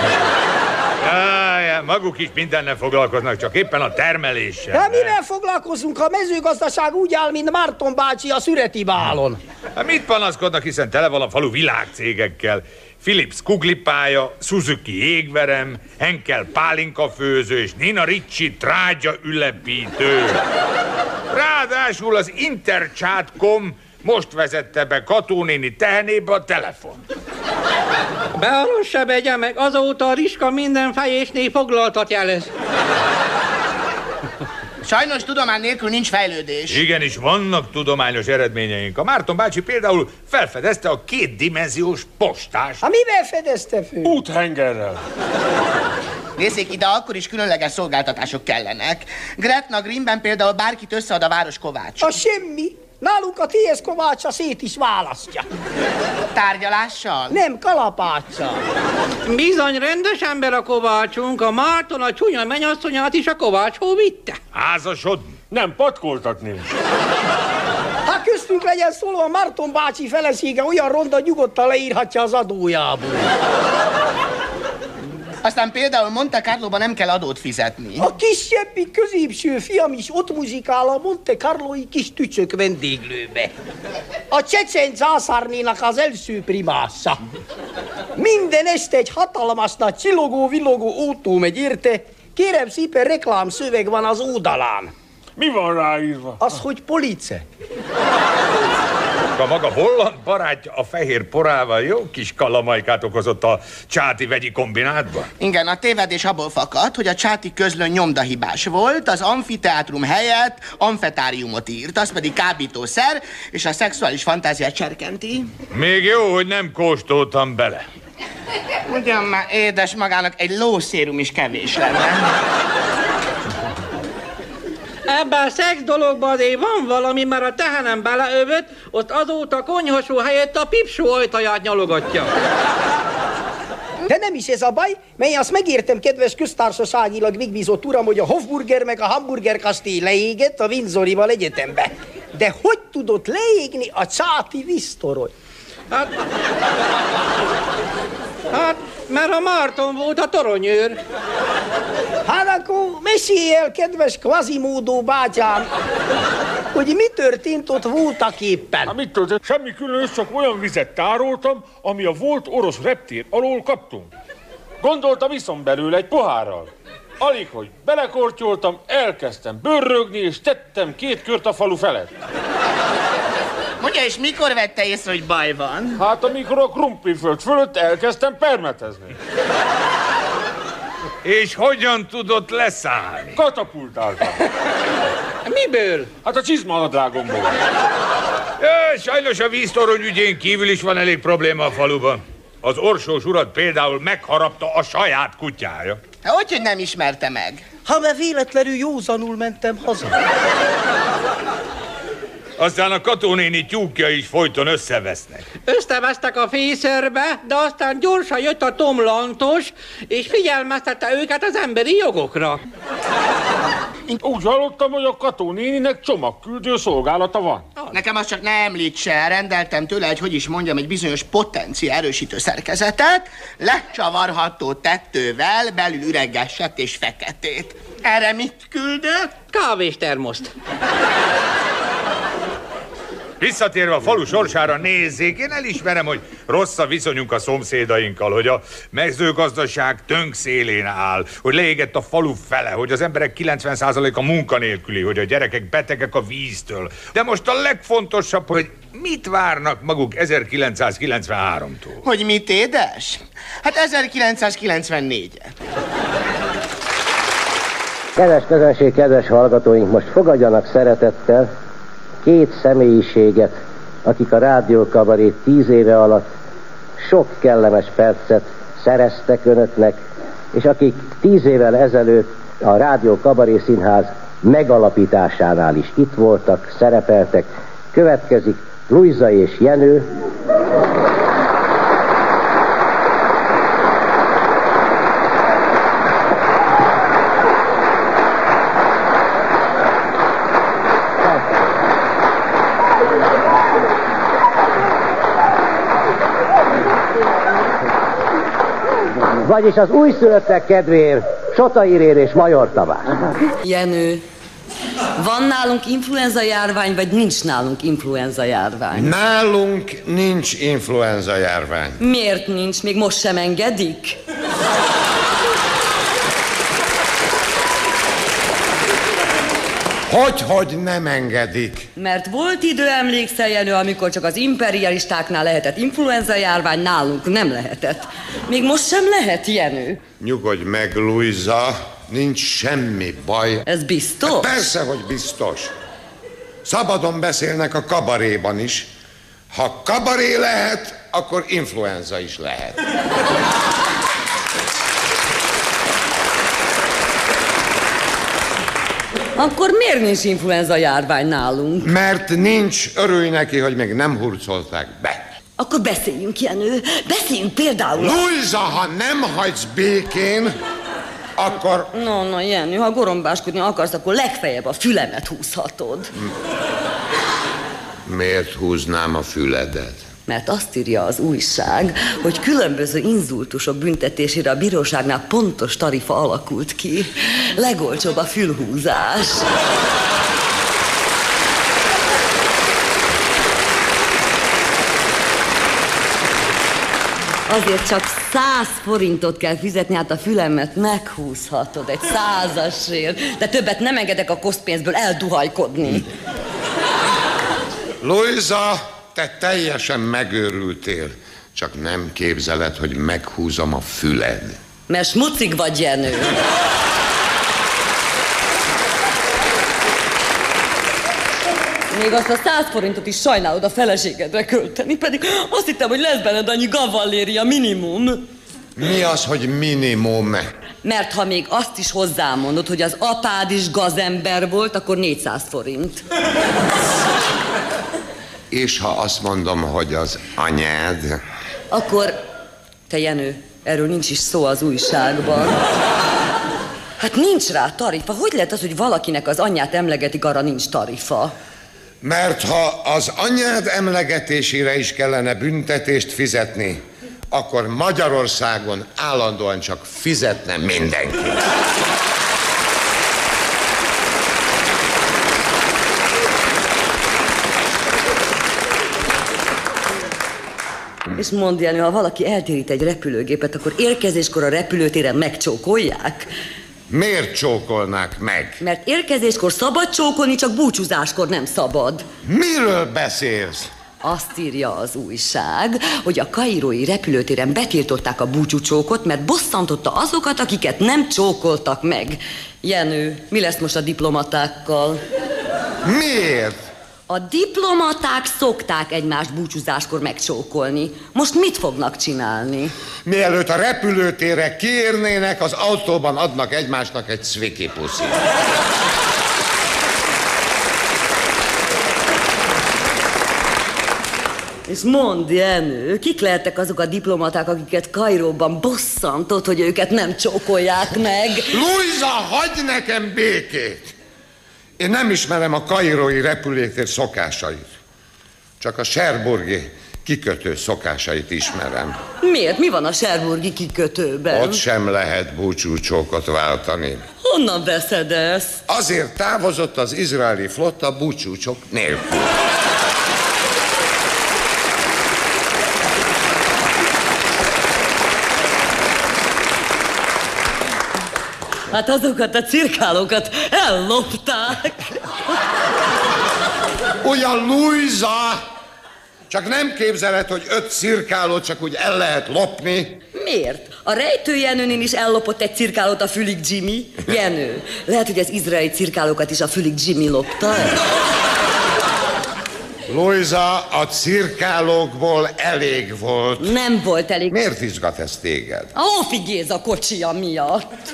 Jaj, maguk is mindennel foglalkoznak, csak éppen a termeléssel. De mivel foglalkozunk, ha a mezőgazdaság úgy áll, mint Márton bácsi a szüreti bálon? Hát mit panaszkodnak, hiszen tele van a falu világcégekkel. Philips kuglipálya, Suzuki jégverem, Henkel pálinkafőző és Nina Ricci trágya ülepítő. Ráadásul az Interchat pont com most vezette be Kató néni tehenébe a telefon. Be arról se begye meg, azóta a Riska minden fejésnél foglaltat jelez. Sajnos tudomány nélkül nincs fejlődés. Igenis, vannak tudományos eredményeink. A Márton bácsi például felfedezte a kétdimenziós postást. Ha mivel fedezte föl? Úthengerrel. Nézzék, ide akkor is különleges szolgáltatások kellenek. Gretna Greenben például bárkit összead a város kovács. A semmi. Nálunk a té es Kovácsa szét is választja. Tárgyalással? Nem, kalapáccsal. Bizony rendes ember a Kovácsunk, a Márton a csúnya mennyasszonyát is a Kovácshoz vitte. Házasodni? Nem, patkoltatni. Ha köztünk legyen szóló, a Márton bácsi felesége olyan ronda, nyugodtan leírhatja az adójából. Aztán például Monte Carlóban nem kell adót fizetni. A kisebbi középső fiam is ott muzsikál a Monte Carlói kis tücsök vendéglőbe. A csecsen császárnénak az első primása. Minden este egy hatalmas nagy csillogó-villogó autó megy érte. Kérem szépen, reklámszöveg van az oldalán. Mi van ráírva? Az, hogy police. A maga holland barátja a fehér porával jó kis kalamajkát okozott a csáti vegyi kombinátban? Igen, a tévedés abból fakad, hogy a csáti közlöny nyomdahibás volt, az amfiteátrum helyett amfetáriumot írt, az pedig kábítószer, és a szexuális fantáziát serkenti. Még jó, hogy nem kóstoltam bele. Ugyan már édes magának egy lószérum is kevés lenne. Ebben a szex dologban azért van valami, mert a tehenem beleövött, ott azóta konyhasó helyett a pipsó ajtaját nyalogatja. De nem is ez a baj, mely azt megértem, kedves köztársaságilag megbízott uram, hogy a Hofburger meg a Hamburger kastély leégett a Windsorival egyetembe. De hogy tudott leégni a csáti víztorony? Hát... Hát, mert a Márton volt a toronyőr. Hát akkor mesélj el, kedves Quasimodo bátyám, hogy mi történt ott voltak éppen. Hát mit történt? Semmi különös, csak olyan vizet tároltam, ami a volt orosz reptér alól kaptunk. Gondoltam, iszom belőle egy pohárral. Alig, hogy belekortyoltam, elkezdtem bőrrögni, és tettem két kört a falu felett. Mondja, és mikor vette észre, hogy baj van? Hát amikor a krumpliföld fölött elkezdtem permetezni. És hogyan tudott leszállni? Katapultáltam. Miből? Hát a csizmanadrágomból. Sajnos a víztorony ügyén kívül is van elég probléma a faluban. Az Orsós urat például megharapta a saját kutyája. Hogy, hogy nem ismerte meg? Ha mert véletlenül józanul mentem haza. Aztán a Kató néni tyúkja is folyton összevesznek. Összevesztek a fészörbe, de aztán gyorsan jött a Tom Lantos, és figyelmeztette őket az emberi jogokra. Én úgy hallottam, hogy a Kató néninek csomagküldő szolgálata van. Nekem azt csak ne említse, rendeltem tőle egy, hogy is mondjam, egy bizonyos potencia erősítő szerkezetet, lecsavarható tettővel, belül üregeset és feketét. Erre mit küldött? Kávés termoszt. Visszatérve a falu sorsára, nézzék, én elismerem, hogy rossz a viszonyunk a szomszédainkkal, hogy a mezőgazdaság tönk szélén áll, hogy leégett a falu fele, hogy az emberek kilencven százaléka munkanélküli, hogy a gyerekek betegek a víztől. De most a legfontosabb, hogy mit várnak maguk ezerkilencszázkilencvenháromtól? Hogy mit, édes? Hát ezerkilencszázkilencvennégyet. Kedves közönség, kedves hallgatóink, most fogadjanak szeretettel két személyiséget, akik a Rádió Kabaré tíz éve alatt sok kellemes percet szereztek önöknek, és akik tíz évvel ezelőtt a Rádió Kabaré Színház megalapításánál is itt voltak, szerepeltek. Következik Lujza és Jenő. Vagyis az újszülöttek kedvéért Sota Irér és Major Tamás. Jenő, van nálunk influenza járvány, vagy nincs nálunk influenza járvány? Nálunk nincs influenza járvány. Miért nincs? Még most sem engedik? Hogy, hogy nem engedik? Mert volt idő, emlékszel, Jenő, amikor csak az imperialistáknál lehetett influenza járvány, nálunk nem lehetett. Még most sem lehet, Jenő. Nyugodj meg, Lujza, nincs semmi baj. Ez biztos? Hát persze, hogy biztos. Szabadon beszélnek a kabaréban is. Ha kabaré lehet, akkor influenza is lehet. Akkor miért nincs influenza járvány nálunk? Mert nincs, örülj neki, hogy még nem hurcolták be. Akkor beszéljünk, Jenő, beszéljünk például... Lujza, ha nem hagysz békén, akkor... No, no, Jenő, ha gorombáskodni akarsz, akkor legfeljebb a fülemet húzhatod. Miért húznám a füledet? Mert azt írja az újság, hogy különböző inzultusok büntetésére a bíróságnál pontos tarifa alakult ki. Legolcsóbb a fülhúzás. Azért csak száz forintot kell fizetni, hát a fülemet meghúzhatod egy százasért. De többet nem engedek a kosztpénzből elduhajkodni. Lujza, te teljesen megőrültél. Csak nem képzeled, hogy meghúzom a füled. Mert smucig vagy, Jenő. Még azt a száz forintot is sajnálod a feleségedre költeni, pedig azt hittem, hogy lesz benned annyi gavalléria minimum. Mi az, hogy minimum? Mert ha még azt is hozzámondod, hogy az apád is gazember volt, akkor négyszáz forint. És ha azt mondom, hogy az anyád? Akkor, te Jenő, erről nincs is szó az újságban. Hát nincs rá tarifa. Hogy lehet az, hogy valakinek az anyját emlegetik, arra nincs tarifa? Mert ha az anyád emlegetésére is kellene büntetést fizetni, akkor Magyarországon állandóan csak fizetne mindenki. És mondd, Jenő, ha valaki eltérít egy repülőgépet, akkor érkezéskor a repülőtéren megcsókolják? Miért csókolnák meg? Mert érkezéskor szabad csókolni, csak búcsúzáskor nem szabad. Miről beszélsz? Azt írja az újság, hogy a kairói repülőtéren betiltották a búcsúcsókot, mert bosszantotta azokat, akiket nem csókoltak meg. Jenő, mi lesz most a diplomatákkal? Miért? A diplomaták szokták egymást búcsúzáskor megcsókolni. Most mit fognak csinálni? Mielőtt a repülőtérre kiérnének, az autóban adnak egymásnak egy szviki puszit. És mondd, Jenő, kik lehettek azok a diplomaták, akiket Kairóban bosszantott, hogy őket nem csókolják meg? Luisa, hagyj nekem békét! Én nem ismerem a kairói repülőtér szokásait. Csak a Cherbourgi kikötő szokásait ismerem. Miért? Mi van a Cherbourgi kikötőben? Ott sem lehet búcsúcsókot váltani. Honnan veszed ezt? Azért távozott az izraeli flotta búcsúcsok nélkül. Hát azokat a cirkálókat ellopták. Ugyan, Luisa! Csak nem képzeled, hogy öt cirkálót csak úgy el lehet lopni? Miért? A rejtő Jenőnél is ellopott egy cirkálót a Fülig Jimmy. Jenő, lehet, hogy az izraeli cirkálókat is a Fülig Jimmy lopta el? Luisa, a cirkálókból elég volt. Nem volt elég. Miért izgat ez téged? A Hofi Géza kocsija miatt.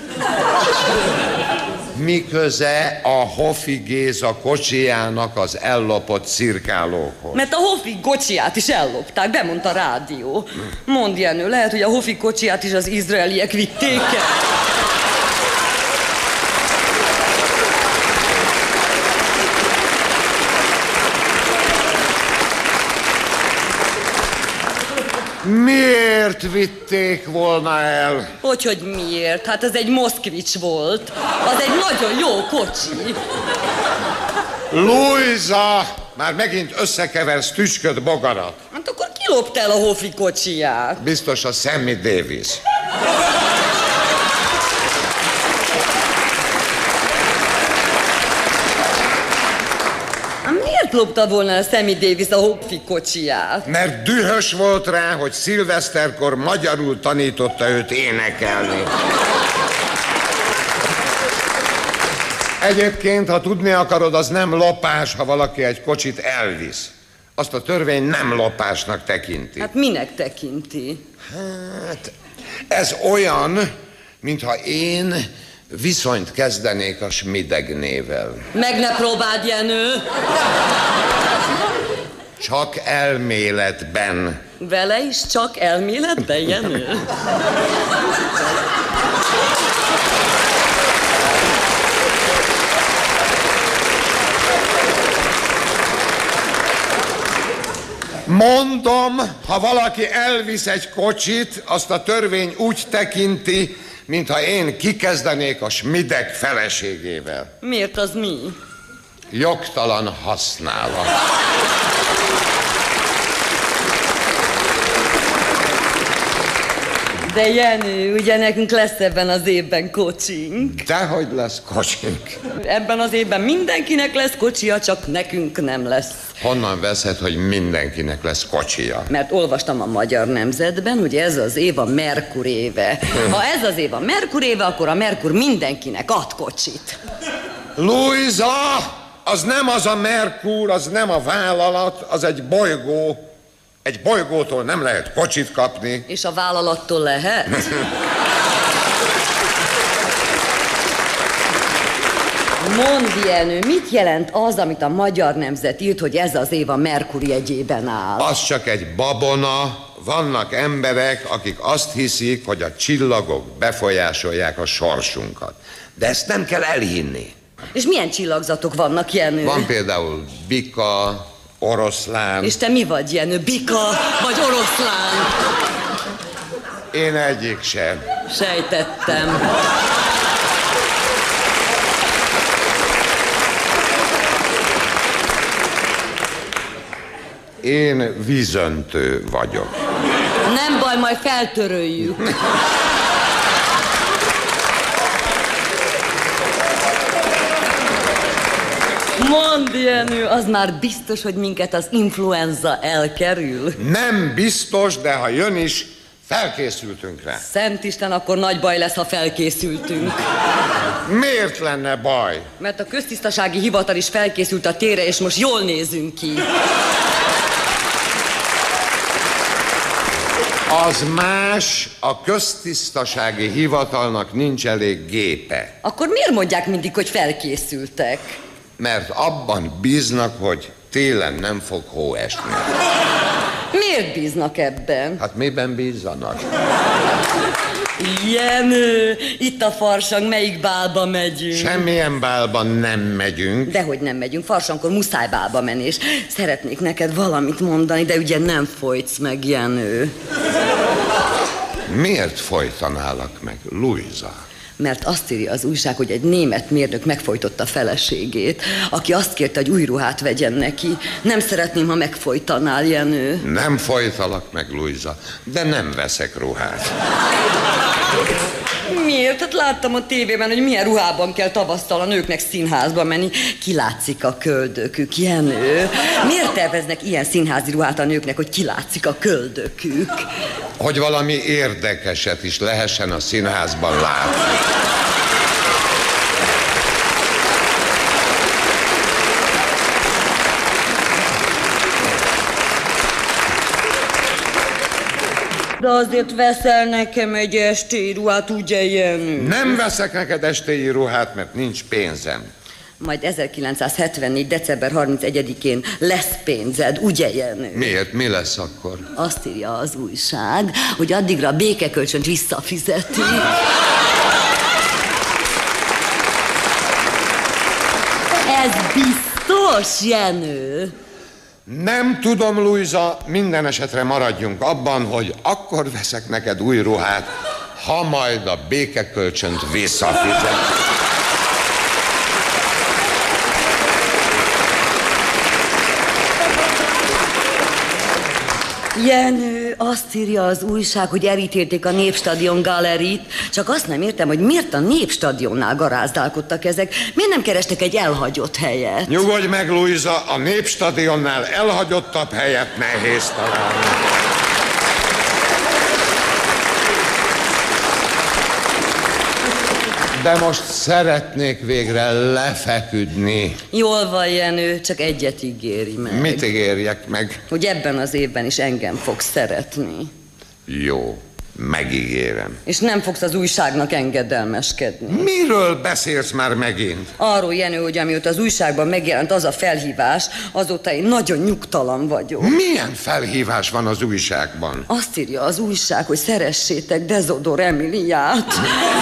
Mi köze a Hofi Géza kocsijának az ellopott cirkálókhoz? Mert a Hofi kocsiját is ellopták, bemondta a rádió. Mondd, Jenő, lehet, hogy a Hofi kocsiját is az izraeliek vitték el? Miért vitték volna el? Hogyhogy miért? Hát ez egy Moszkvics volt. Az egy nagyon jó kocsi. Luisa, már megint összekeversz tüsköd bogarat. Hát akkor ki lopta el a Hofi kocsiját? Biztos a Sammy Davis. Miért lopta volna a Sammy Davis a Hofi kocsiját? Mert dühös volt rá, hogy szilveszterkor magyarul tanította őt énekelni. Egyébként, ha tudni akarod, az nem lopás, ha valaki egy kocsit elvisz. Azt a törvény nem lopásnak tekinti. Hát minek tekinti? Hát, ez olyan, mintha én viszonyt kezdenék a Schmidegnével. Meg ne próbáld, Jenő! Csak elméletben. Vele is csak elméletben, Jenő? Mondom, ha valaki elvisz egy kocsit, azt a törvény úgy tekinti, mintha én kikezdenék a Schmidek feleségével. Miért, az mi? Jogtalan használat. De Jenő, ugye nekünk lesz ebben az évben kocsink? Dehogy lesz kocsink. Ebben az évben mindenkinek lesz kocsia, csak nekünk nem lesz. Honnan veszed, hogy mindenkinek lesz kocsija? Mert olvastam a Magyar Nemzetben, hogy ez az év a Merkur éve. Ha ez az év a Merkur éve, akkor a Merkur mindenkinek ad kocsit. Luisa, az nem az a Merkur, az nem a vállalat, az egy bolygó. Egy bolygótól nem lehet kocsit kapni. És a vállalattól lehet? Mondd, Jenő, mit jelent az, amit a Magyar Nemzet írt, hogy ez az év a Merkur jegyében áll? Az csak egy babona. Vannak emberek, akik azt hiszik, hogy a csillagok befolyásolják a sorsunkat. De ezt nem kell elhinni. És milyen csillagzatok vannak, Jenő? Van például bika, oroszlán. És te mi vagy, Jenő? Bika vagy oroszlán? Én egyik sem. Sejtettem. Én vízöntő vagyok. Nem baj, majd feltöröljük. Mondd, Jenő, az már biztos, hogy minket az influenza elkerül? Nem biztos, de ha jön is, Felkészültünk rá. Szent Isten, akkor nagy baj lesz, ha felkészültünk. Miért lenne baj? Mert a köztisztasági hivatal is felkészült a térre, és most jól nézünk ki. Az más, a köztisztasági hivatalnak nincs elég gépe. Akkor miért mondják mindig, hogy felkészültek? Mert abban bíznak, hogy télen nem fog hó esni. Miért bíznak ebben? Hát miben bízzanak? Jenő, itt a farsang, melyik bálba megyünk? Semmilyen bálban nem megyünk. Dehogy nem megyünk, farsangkor muszáj bálba menni, és szeretnék neked valamit mondani, de ugye nem folytsz meg, Jenő. Miért folytanálak meg, Luisa? Mert azt írja az újság, hogy egy német mérnök megfojtotta feleségét, aki azt kérte, hogy új ruhát vegyen neki. Nem szeretném, ha megfojtanál, Jenő. Nem folytalak meg, Luisa, de nem veszek ruhát. Miért? Hát láttam a tévében, hogy milyen ruhában kell tavasztal a nőknek színházba menni. Kilátszik a köldökük, Jenő. Miért terveznek ilyen színházi ruhát a nőknek, hogy kilátszik a köldökük? Hogy valami érdekeset is lehessen a színházban látni. De azért veszel nekem egy estély ruhát, ugye, Jenő? Nem veszek neked estély ruhát, mert nincs pénzem. Majd ezerkilencszázhetvennégy. december harmincegyedikén lesz pénzed, ugye, Jenő? Miért? Mi lesz akkor? Azt írja az újság, hogy addigra a békekölcsönt visszafizeti. Ez biztos, Jenő? Nem tudom, Luisa, minden esetre maradjunk abban, hogy akkor veszek neked új ruhát, ha majd a békekölcsönt visszafizet. Jenő, azt írja az újság, hogy elítélték a Népstadion Galerit, csak azt nem értem, hogy miért a Népstadionnál garázdálkodtak ezek, miért nem kerestek egy elhagyott helyet? Nyugodj meg, Luisa, a Népstadionnál elhagyottabb helyet nehéz találni. De most szeretnék végre lefeküdni. Jól van, Jenő, csak egyet ígéri meg. Mit ígérjek meg? Hogy ebben az évben is engem fogsz szeretni. Jó, megígérem. És nem fogsz az újságnak engedelmeskedni. Miről beszélsz már megint? Arról, Jenő, hogy amióta az újságban megjelent az a felhívás, azóta én nagyon nyugtalan vagyok. Milyen felhívás van az újságban? Azt írja az újság, hogy szeressétek Dezodor Emiliát.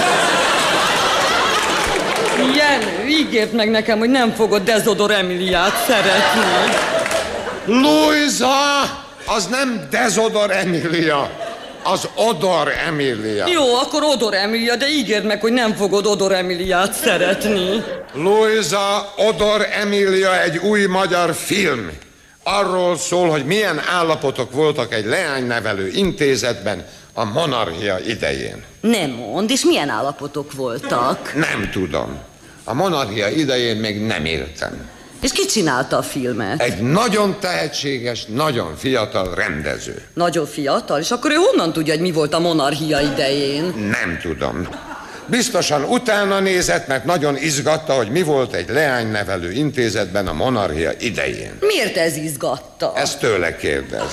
Jenő, ígért meg nekem, hogy nem fogod Dezodor Emiliát szeretni. Luisa, az nem Dezodor Emilia, az Odor Emilia. Jó, akkor Odor Emilia, de ígérd meg, hogy nem fogod Odor Emiliát szeretni. Luisa, Odor Emilia egy új magyar film. Arról szól, hogy milyen állapotok voltak egy leánynevelő intézetben a monarchia idején. Nem mondd, és milyen állapotok voltak? Nem tudom. A monarchia idején még nem éltem. És ki csinálta a filmet? Egy nagyon tehetséges, nagyon fiatal rendező. Nagyon fiatal? És akkor ő honnan tudja, hogy mi volt a monarchia idején? Nem tudom. Biztosan utána nézett, mert nagyon izgatta, hogy mi volt egy leánynevelő intézetben a monarchia idején. Miért ez izgatta? Ezt tőle kérdezd.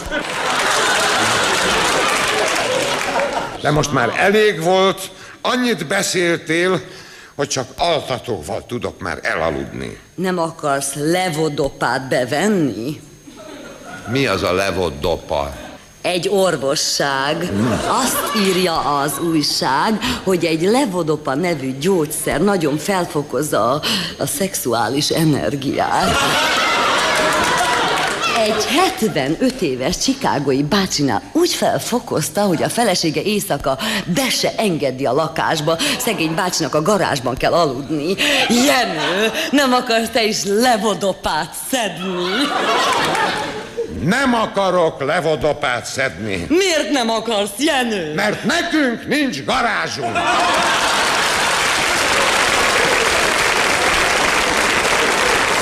De most már elég volt, annyit beszéltél, hogy csak altatóval tudok már elaludni. Nem akarsz levodopát bevenni? Mi az a levodopa? Egy orvosság. Azt írja az újság, hogy egy levodopa nevű gyógyszer nagyon felfokozza a, a szexuális energiát. Egy hetvenöt éves chicagói bácsinál úgy felfokozta, hogy a felesége éjszaka be se engedi a lakásba, szegény bácsinak a garázsban kell aludni. Jenő, nem akarsz te is levodopát szedni? Nem akarok levodopát szedni. Miért nem akarsz, Jenő? Mert nekünk nincs garázsunk.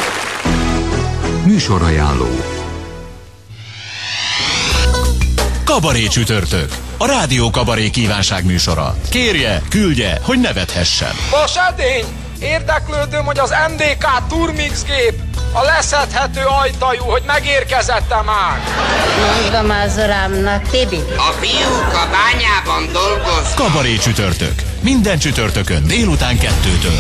Műsorajánló. Kabaré csütörtök. A Rádió Kabaré kívánság műsora. Kérje, küldje, hogy nevethessen. Vas edény! Érdeklődöm, hogy az em dé ká Turmix gép, a leszedhető ajtajú, hogy megérkezette már. Mondom az urámnak, Tibi. A fiúk a bányában dolgoznak. Kabaré csütörtök. Minden csütörtökön délután kettőtől.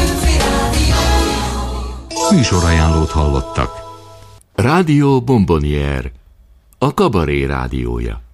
Műsorajánlót hallottak. Rádió Bombonier, a Kabaré rádiója.